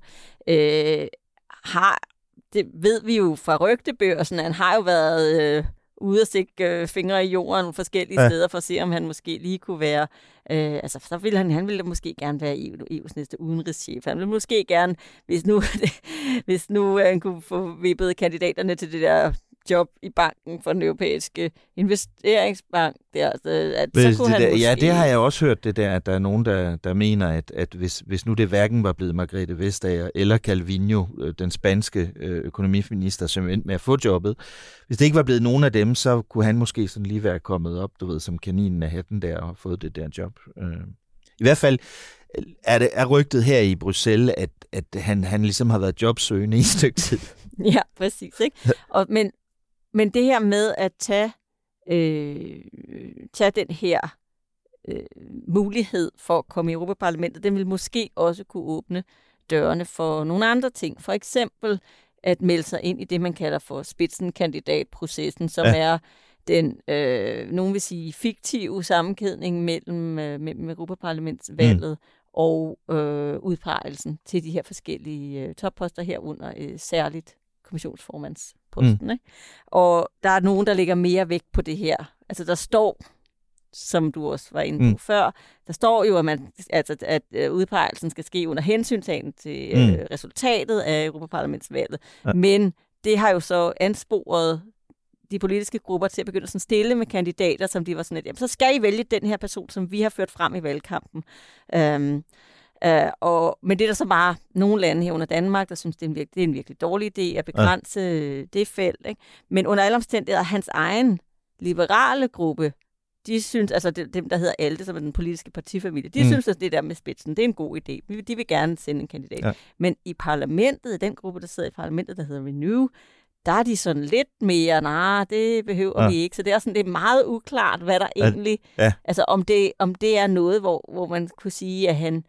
øh, har, det ved vi jo fra rygtebørsen, han har jo været... Øh, ude at stikke øh, fingre i jorden nogle forskellige ja. steder, for at se, om han måske lige kunne være... Øh, altså, så ville han, han ville måske gerne være E U's næste udenrigschef. Han ville måske gerne, hvis nu, hvis nu øh, han kunne få vippet kandidaterne til det der job i banken for den europæiske investeringsbank, der, altså, at så kunne han der, måske... Ja, det har jeg også hørt, det der, at der er nogen, der, der mener, at, at hvis, hvis nu det hverken var blevet Margrethe Vestager eller Calvino, den spanske økonomiminister, som endte med at få jobbet, hvis det ikke var blevet nogen af dem, så kunne han måske sådan lige være kommet op, du ved, som kaninen af hatten der, og fået det der job. I hvert fald er, det, er rygtet her i Bruxelles, at, at han, han ligesom har været jobsøgende i et stykke tid. Ja, præcis. Ikke? Og, men Men det her med at tage, øh, tage den her øh, mulighed for at komme i Europaparlamentet, den vil måske også kunne åbne dørene for nogle andre ting. For eksempel at melde sig ind i det, man kalder for spidsenkandidatprocessen, som ja. er den, øh, nogen vil sige, fiktive sammenkædning mellem, øh, mellem Europaparlamentsvalget mm. og øh, udpegelsen til de her forskellige øh, topposter herunder, øh, særligt kommissionsformandsposten. Mm. Ikke? Og der er nogen, der lægger mere vægt på det her. Altså der står, som du også var inde på mm. før, der står jo, at, man, altså, at uh, udpegelsen skal ske under hensyntagen til mm. uh, resultatet af Europaparlamentsvalget. Ja. Men det har jo så ansporet de politiske grupper til at begynde at sådan stille med kandidater, som de var sådan, at jamen, så skal I vælge den her person, som vi har ført frem i valgkampen. Um, Uh, og, men det er der så bare nogle lande her under Danmark, der synes, det er en virkelig, det er en virkelig dårlig idé at begrænse ja. det felt. Ikke? Men under alle omstændigheder, hans egen liberale gruppe, de synes, altså dem, der hedder ALDE, som er den politiske partifamilie, de mm. synes, at det der med spidsen, det er en god idé. De vil gerne sende en kandidat. Ja. Men i parlamentet, den gruppe, der sidder i parlamentet, der hedder Renew, der er de sådan lidt mere, nej, det behøver ja. vi ikke. Så det er, sådan, det er meget uklart, hvad der ja. egentlig... Ja. Altså, om det, om det er noget, hvor, hvor man kunne sige, at han...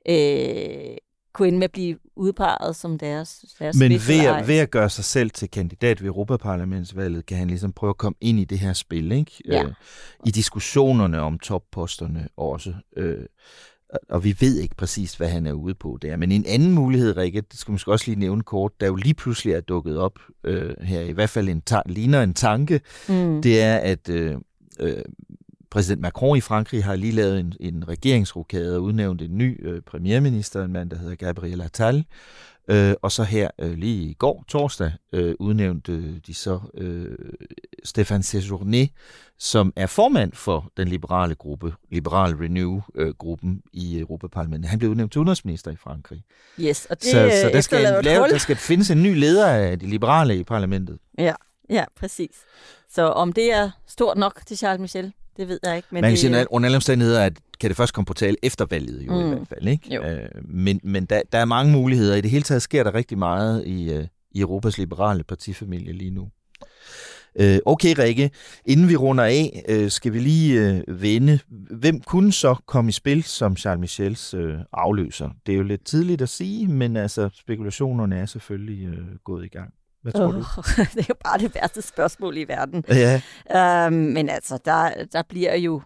Øh, kunne ende med at blive udpeget som deres, deres Men ved at, ved at gøre sig selv til kandidat ved Europaparlamentsvalget, kan han ligesom prøve at komme ind i det her spil, ikke? Ja. Øh, i diskussionerne om topposterne også. Øh, og vi ved ikke præcis, hvad han er ude på der. Men en anden mulighed, Rikke, det skal man måske også lige nævne kort, der jo lige pludselig er dukket op øh, her, i hvert fald en ta- ligner en tanke, mm. det er, at øh, øh, præsident Macron i Frankrig har lige lavet en, en regeringsrokade og udnævnt en ny øh, premierminister, en mand, der hedder Gabriel Attal. Øh, og så her øh, lige i går, torsdag, øh, udnævnte øh, de så øh, Stéphane Séjourné, som er formand for den liberale gruppe, Liberal Renew-gruppen øh, i Europaparlamentet. Han blev udnævnt til udenrigsminister i Frankrig. Yes, og det så, så der, skal lave, der skal findes en ny leder af de liberale i parlamentet. Ja, ja, præcis. Så om det er stort nok til Charles Michel, det ved jeg ikke. Men Man kan det... sige, at under alle omstændigheder, at kan det først komme på tale efter valget, jo mm. i hvert fald. Ikke? Øh, men men der, der er mange muligheder. I det hele taget sker der rigtig meget i, uh, i Europas liberale partifamilie lige nu. Uh, okay, Rikke, inden vi runder af, uh, skal vi lige uh, vende. Hvem kunne så komme i spil som Charles Michels uh, afløser? Det er jo lidt tidligt at sige, men altså spekulationerne er selvfølgelig uh, gået i gang. Hvad tror oh, du? Det er jo bare det værste spørgsmål i verden. Ja. Uh, men altså, der, der bliver jo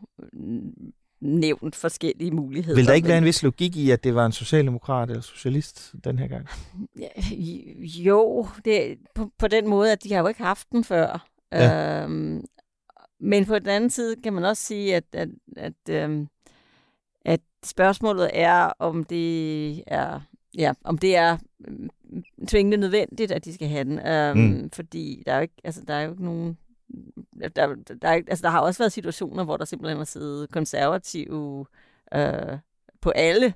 nævnt forskellige muligheder. Vil der ikke men... være en vis logik i, at det var en socialdemokrat eller socialist den her gang? Jo, det, på, på den måde, at de har jo ikke haft den før. Ja. Øhm, men på den anden side kan man også sige, at, at, at, øhm, at spørgsmålet er, om det er, ja, om det er tvingende nødvendigt, at de skal have den. Øhm, mm. Fordi der er jo ikke, altså, der er jo ikke nogen... Der, der, er, altså, der har også været situationer, hvor der simpelthen har siddet konservative øh, på alle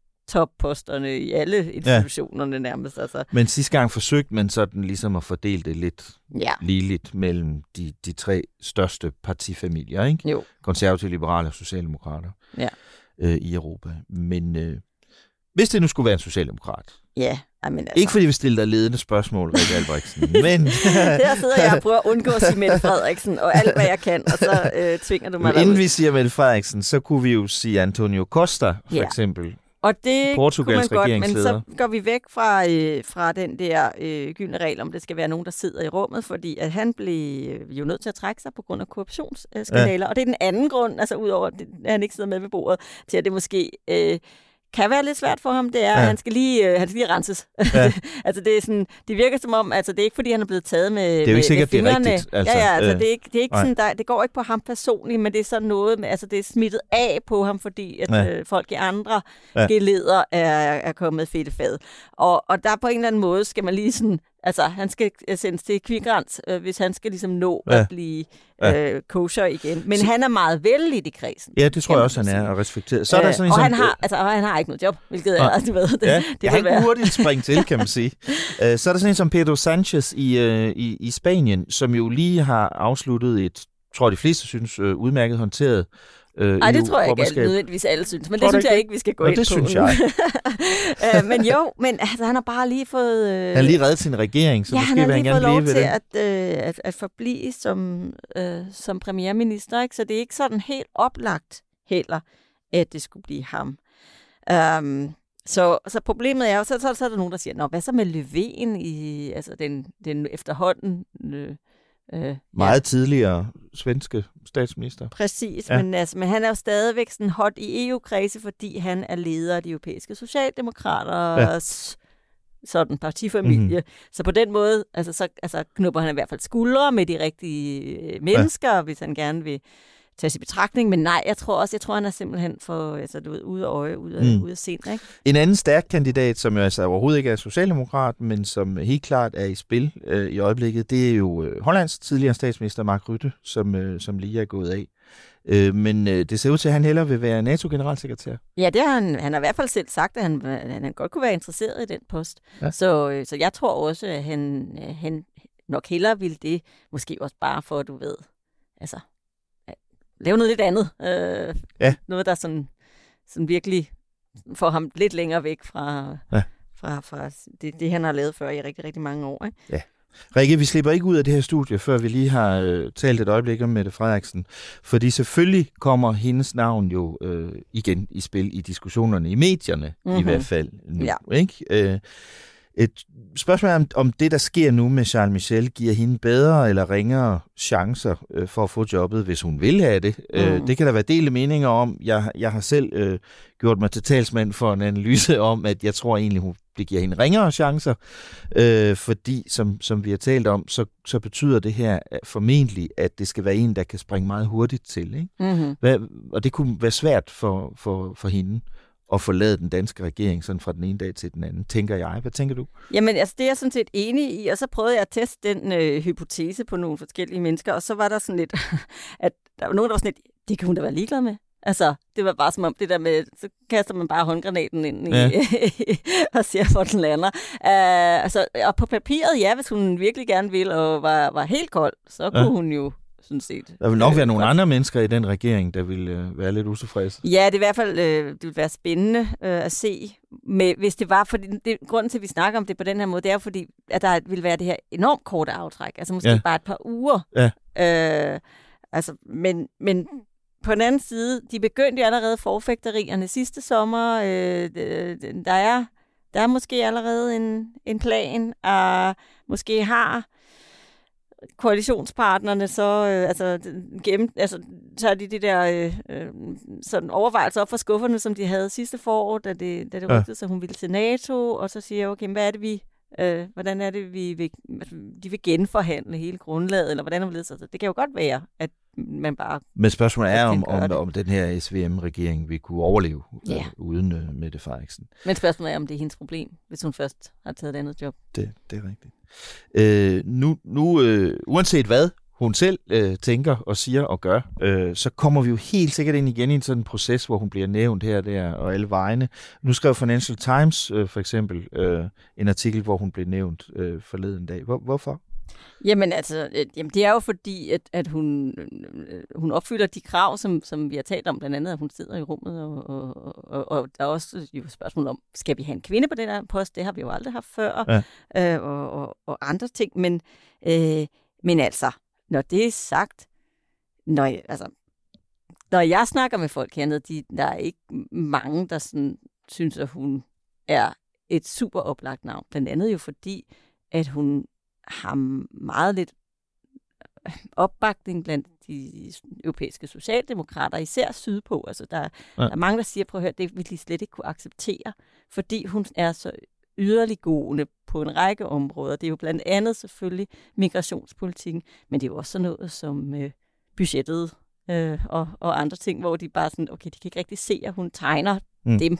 topposterne i alle institutionerne ja. nærmest. Altså. Men sidste gang forsøgte man sådan ligesom at fordele det lidt ja. ligeligt mellem de, de tre største partifamilier, ikke? Jo. Konservative, liberale og socialdemokrater ja. øh, i Europa. Men øh, hvis det nu skulle være en socialdemokrat, ja. Jamen, altså. Ikke fordi vi stiller dig ledende spørgsmål, Rikke Albrechtsen, men... Der sidder jeg og prøver at undgå at sige Mette Frederiksen, og alt, hvad jeg kan, og så øh, tvinger du mig derud. Inden vi siger Mette Frederiksen, så kunne vi jo sige Antonio Costa, for ja. eksempel. Og det Portugals kunne man godt, men så går vi væk fra, øh, fra den der øh, gyldne regel, om det skal være nogen, der sidder i rummet, fordi at han blev jo nødt til at trække sig på grund af korruptionsskandaler. Ja. Og det er den anden grund, altså udover at han ikke sidder med ved bordet, til at det måske... Øh, kan være lidt svært for ham, det er, ja. at han skal lige, øh, han skal lige renses. Ja. altså det er sådan, det virker som om, altså det er ikke fordi han er blevet taget med det er jo ikke sikkert, det er rigtigt. Altså, ja, ja, altså øh, det er ikke, det er ikke sådan, der, det går ikke på ham personligt, men det er sådan noget, med, altså det er smittet af på ham, fordi at ja. øh, folk i andre ja. geleder er, er kommet fedtefad. Og, og der på en eller anden måde skal man lige sådan, altså han skal sendes til kvikrens, øh, hvis han skal ligesom nå ja. at blive øh, kosher igen. Men så, han er meget vældig i kredsen. Ja, det tror jeg også, han er, og respekteret. Så er øh, der sådan og, en, han som, har, altså, og han har ikke noget job, hvilket er, du ved, det, ja, det jeg vil være. Han hurtigt springe til, kan man sige. uh, så er der sådan en som Pedro Sanchez i, uh, i, i Spanien, som jo lige har afsluttet et, tror de fleste synes, uh, udmærket håndteret Nej, det tror jeg ikke alt, nødvendigvis alle synes, men tror det synes jeg ikke, vi skal gå Nå, ind det på. Det synes jeg. uh, men jo, men altså, han har bare lige fået... Uh... Han har lige reddet sin regering, så ja, måske han har vil lige han fået lov til at, uh, at, at forblive som, uh, som premierminister, ikke? Så det er ikke sådan helt oplagt heller, at det skulle blive ham. Um, så, så problemet er jo, så, så, så er der nogen, der siger, nå, hvad så med Löfven i altså den, den efterhånden... Øh, Øh, Meget ja. tidligere svenske statsminister. Præcis, ja. men, altså, men han er jo stadigvæk sådan hot i E U-kredse, fordi han er leder af de europæiske socialdemokraters ja. sådan partifamilie. Mm-hmm. Så på den måde, altså, så altså, knupper han i hvert fald skuldre med de rigtige mennesker, ja. hvis han gerne vil tage i betragtning. Men nej, jeg tror også, jeg tror, han er simpelthen for, altså, du ved, ude af øje, ude af, mm. ude af sind, ikke? En anden stærk kandidat, som jo altså overhovedet ikke er socialdemokrat, men som helt klart er i spil øh, i øjeblikket, det er jo øh, Hollands tidligere statsminister Mark Rutte, som, øh, som lige er gået af. Øh, men øh, det ser ud til, at han hellere vil være NATO-generalsekretær. Ja, det har han, han har i hvert fald selv sagt, at han, han godt kunne være interesseret i den post. Ja. Så, øh, så jeg tror også, at han, han nok hellere ville det, måske også bare for, at du ved, altså... lave noget lidt andet. Øh, ja. Noget, der sådan, sådan virkelig får ham lidt længere væk fra, ja. fra, fra det, det, han har lavet før i rigtig, rigtig mange år. Ikke? Ja. Rikke, vi slipper ikke ud af det her studie, før vi lige har øh, talt et øjeblik om Mette Frederiksen. Fordi selvfølgelig kommer hendes navn jo øh, igen i spil i diskussionerne i medierne, mm-hmm. i hvert fald nu. Ja. Ikke? Øh, Et spørgsmål er, om, om det, der sker nu med Charles Michel, giver hende bedre eller ringere chancer øh, for at få jobbet, hvis hun vil have det. Mm. Øh, det kan der være delte meninger om. Jeg, jeg har selv øh, gjort mig til talsmand for en analyse om, at jeg tror egentlig, hun, det giver hende ringere chancer, øh, fordi, som, som vi har talt om, så, så betyder det her formentlig, at det skal være en, der kan springe meget hurtigt til. Ikke? Mm-hmm. Hvad, og det kunne være svært for, for, for hende at forlade den danske regering sådan fra den ene dag til den anden, tænker jeg. Hvad tænker du? Jamen, altså, det er jeg sådan set enig i, og så prøvede jeg at teste den øh, hypotese på nogle forskellige mennesker, og så var der sådan lidt, at der var nogen, der var sådan lidt, det kan hun da være ligeglad med. Altså, det var bare som om det der med, så kaster man bare håndgranaten ind i, ja. og ser, hvor den lander. Uh, altså, og på papiret, ja, hvis hun virkelig gerne vil, og var, var helt kold, så kunne ja. hun jo sådan set. Der vil nok øh, være nogle andre mennesker i den regering, der vil øh, være lidt utilfredse. Ja, det er i hvert fald øh, det vil være spændende øh, at se, med, hvis det var, fordi det, grunden til, at vi snakker om det på den her måde, det er jo fordi, at der vil være det her enormt korte aftræk, altså måske ja. bare et par uger. Ja. Øh, altså, men, men på den anden side, de begyndte jo allerede forfægterierne sidste sommer. Øh, der, er, der er måske allerede en, en plan, og måske har koalitionspartnerne så øh, altså gennem altså tager de det der øh, sådan overvejelser op fra skufferne, som de havde sidste forår, da det da det rygtede, ja. så hun ville til NATO, og så siger jeg, okay, hvad er det vi øh, hvordan er det vi vil, de vil genforhandle hele grundlaget, eller hvordan er det så det kan jo godt være, at man bare. Men spørgsmålet er om om, om den her S V M-regering vil kunne overleve ja. øh, uden øh, Mette Frederiksen. Men spørgsmålet er, om det er hendes problem, hvis hun først har taget et andet job. Det det er rigtigt. Øh, nu, nu øh, uanset hvad hun selv øh, tænker og siger og gør, øh, så kommer vi jo helt sikkert ind igen i en sådan proces, hvor hun bliver nævnt her og der og alle vegne. Nu skrev Financial Times øh, for eksempel øh, en artikel, hvor hun blev nævnt øh, forleden dag. Hvor, hvorfor? Jamen altså, øh, jamen, det er jo fordi, at, at hun, øh, hun opfylder de krav, som, som vi har talt om, blandt andet, at hun sidder i rummet, og, og, og, og der er også jo spørgsmål om, skal vi have en kvinde på den her post? Det har vi jo aldrig haft før, ja. øh, og, og, og andre ting, men, øh, men altså, når det er sagt, når jeg, altså, når jeg snakker med folk hernede, de, der er ikke mange, der sådan, synes, at hun er et super oplagt navn. Blandt andet jo fordi, at hun har meget lidt opbakning blandt de europæiske socialdemokrater, især sydpå. Altså, der, ja. der er mange, der siger, prøv at høre, det vil de slet ikke kunne acceptere, fordi hun er så yderliggående på en række områder. Det er jo blandt andet selvfølgelig migrationspolitikken, men det er jo også sådan noget som øh, budgettet øh, og, og andre ting, hvor de bare sådan, okay, de kan ikke rigtig se, at hun tegner mm. dem.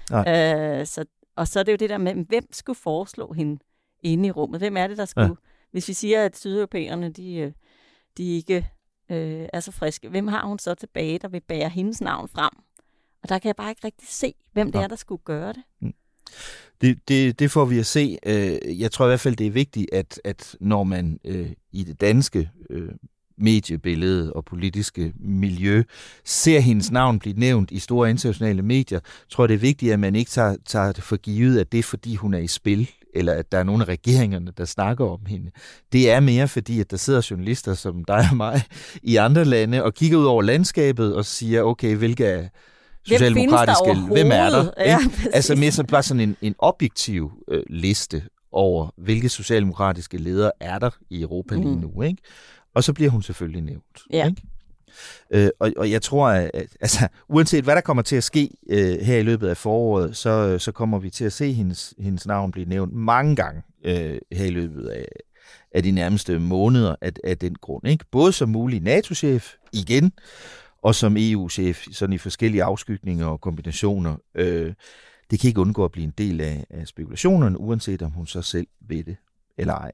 Øh, så, og så er det jo det der med, hvem skulle foreslå hende inde i rummet? Hvem er det, der skulle? Ja. Hvis vi siger, at sydeuropæerne, de, de ikke øh, er så friske, hvem har hun så tilbage, der vil bære hendes navn frem? Og der kan jeg bare ikke rigtig se, hvem det ja. er, der skulle gøre det. Mm. Det, det, det får vi at se. Jeg tror i hvert fald, det er vigtigt, at, at når man øh, i det danske øh, mediebillede og politiske miljø ser hendes navn blive nævnt i store internationale medier, tror jeg, det er vigtigt, at man ikke tager, tager det for givet, at det er, fordi hun er i spil, eller at der er nogle af regeringerne, der snakker om hende. Det er mere fordi, at der sidder journalister som dig og mig i andre lande og kigger ud over landskabet og siger, okay, hvilke er socialdemokratiske, hvem, hvem er der? Ja, altså mere så bare sådan en, en objektiv øh, liste over, hvilke socialdemokratiske ledere er der i Europa mm. lige nu, ikke? Og så bliver hun selvfølgelig nævnt. Ja. Ikke? Øh, og, og jeg tror, at, at altså, uanset hvad der kommer til at ske øh, her i løbet af foråret, så, så kommer vi til at se hendes, hendes navn blive nævnt mange gange øh, her i løbet af, af de nærmeste måneder af, af den grund. Ikke? Både som mulig NATO-chef igen, og som E U-chef sådan i forskellige afskygninger og kombinationer. Øh, det kan ikke undgå at blive en del af, af spekulationerne, uanset om hun så selv ved det eller ej.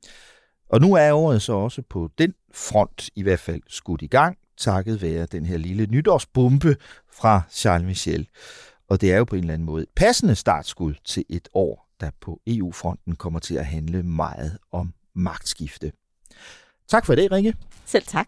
Og nu er året så også på den front i hvert fald skudt i gang, takket være den her lille nytårsbombe fra Charles Michel. Og det er jo på en eller anden måde et passende startskud til et år, der på E U-fronten kommer til at handle meget om magtskifte. Tak for det, Rikke. Selv tak.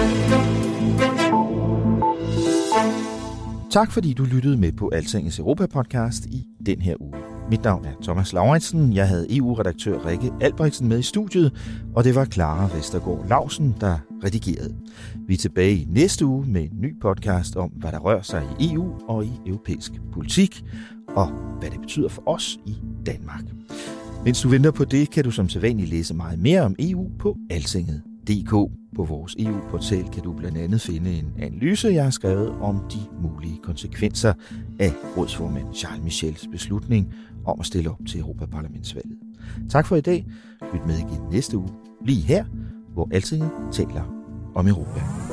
Tak fordi du lyttede med på Altingets Europa-podcast i den her uge. Mit navn er Thomas Lauritsen. Jeg havde E U-redaktør Rikke Albrechtsen med i studiet, og det var Clara Vestergaard Lausen, der redigerede. Vi er tilbage i næste uge med en ny podcast om, hvad der rører sig i E U og i europæisk politik, og hvad det betyder for os i Danmark. Mens du venter på det, kan du som sædvanligt læse meget mere om E U på altinget punktum d k. På vores E U-portal kan du blandt andet finde en analyse, jeg har skrevet om de mulige konsekvenser af rådsformand Charles Michels beslutning om at stille op til Europaparlamentsvalget. Tak for i dag. Lyt med igen næste uge, lige her, hvor Altinget taler om Europa.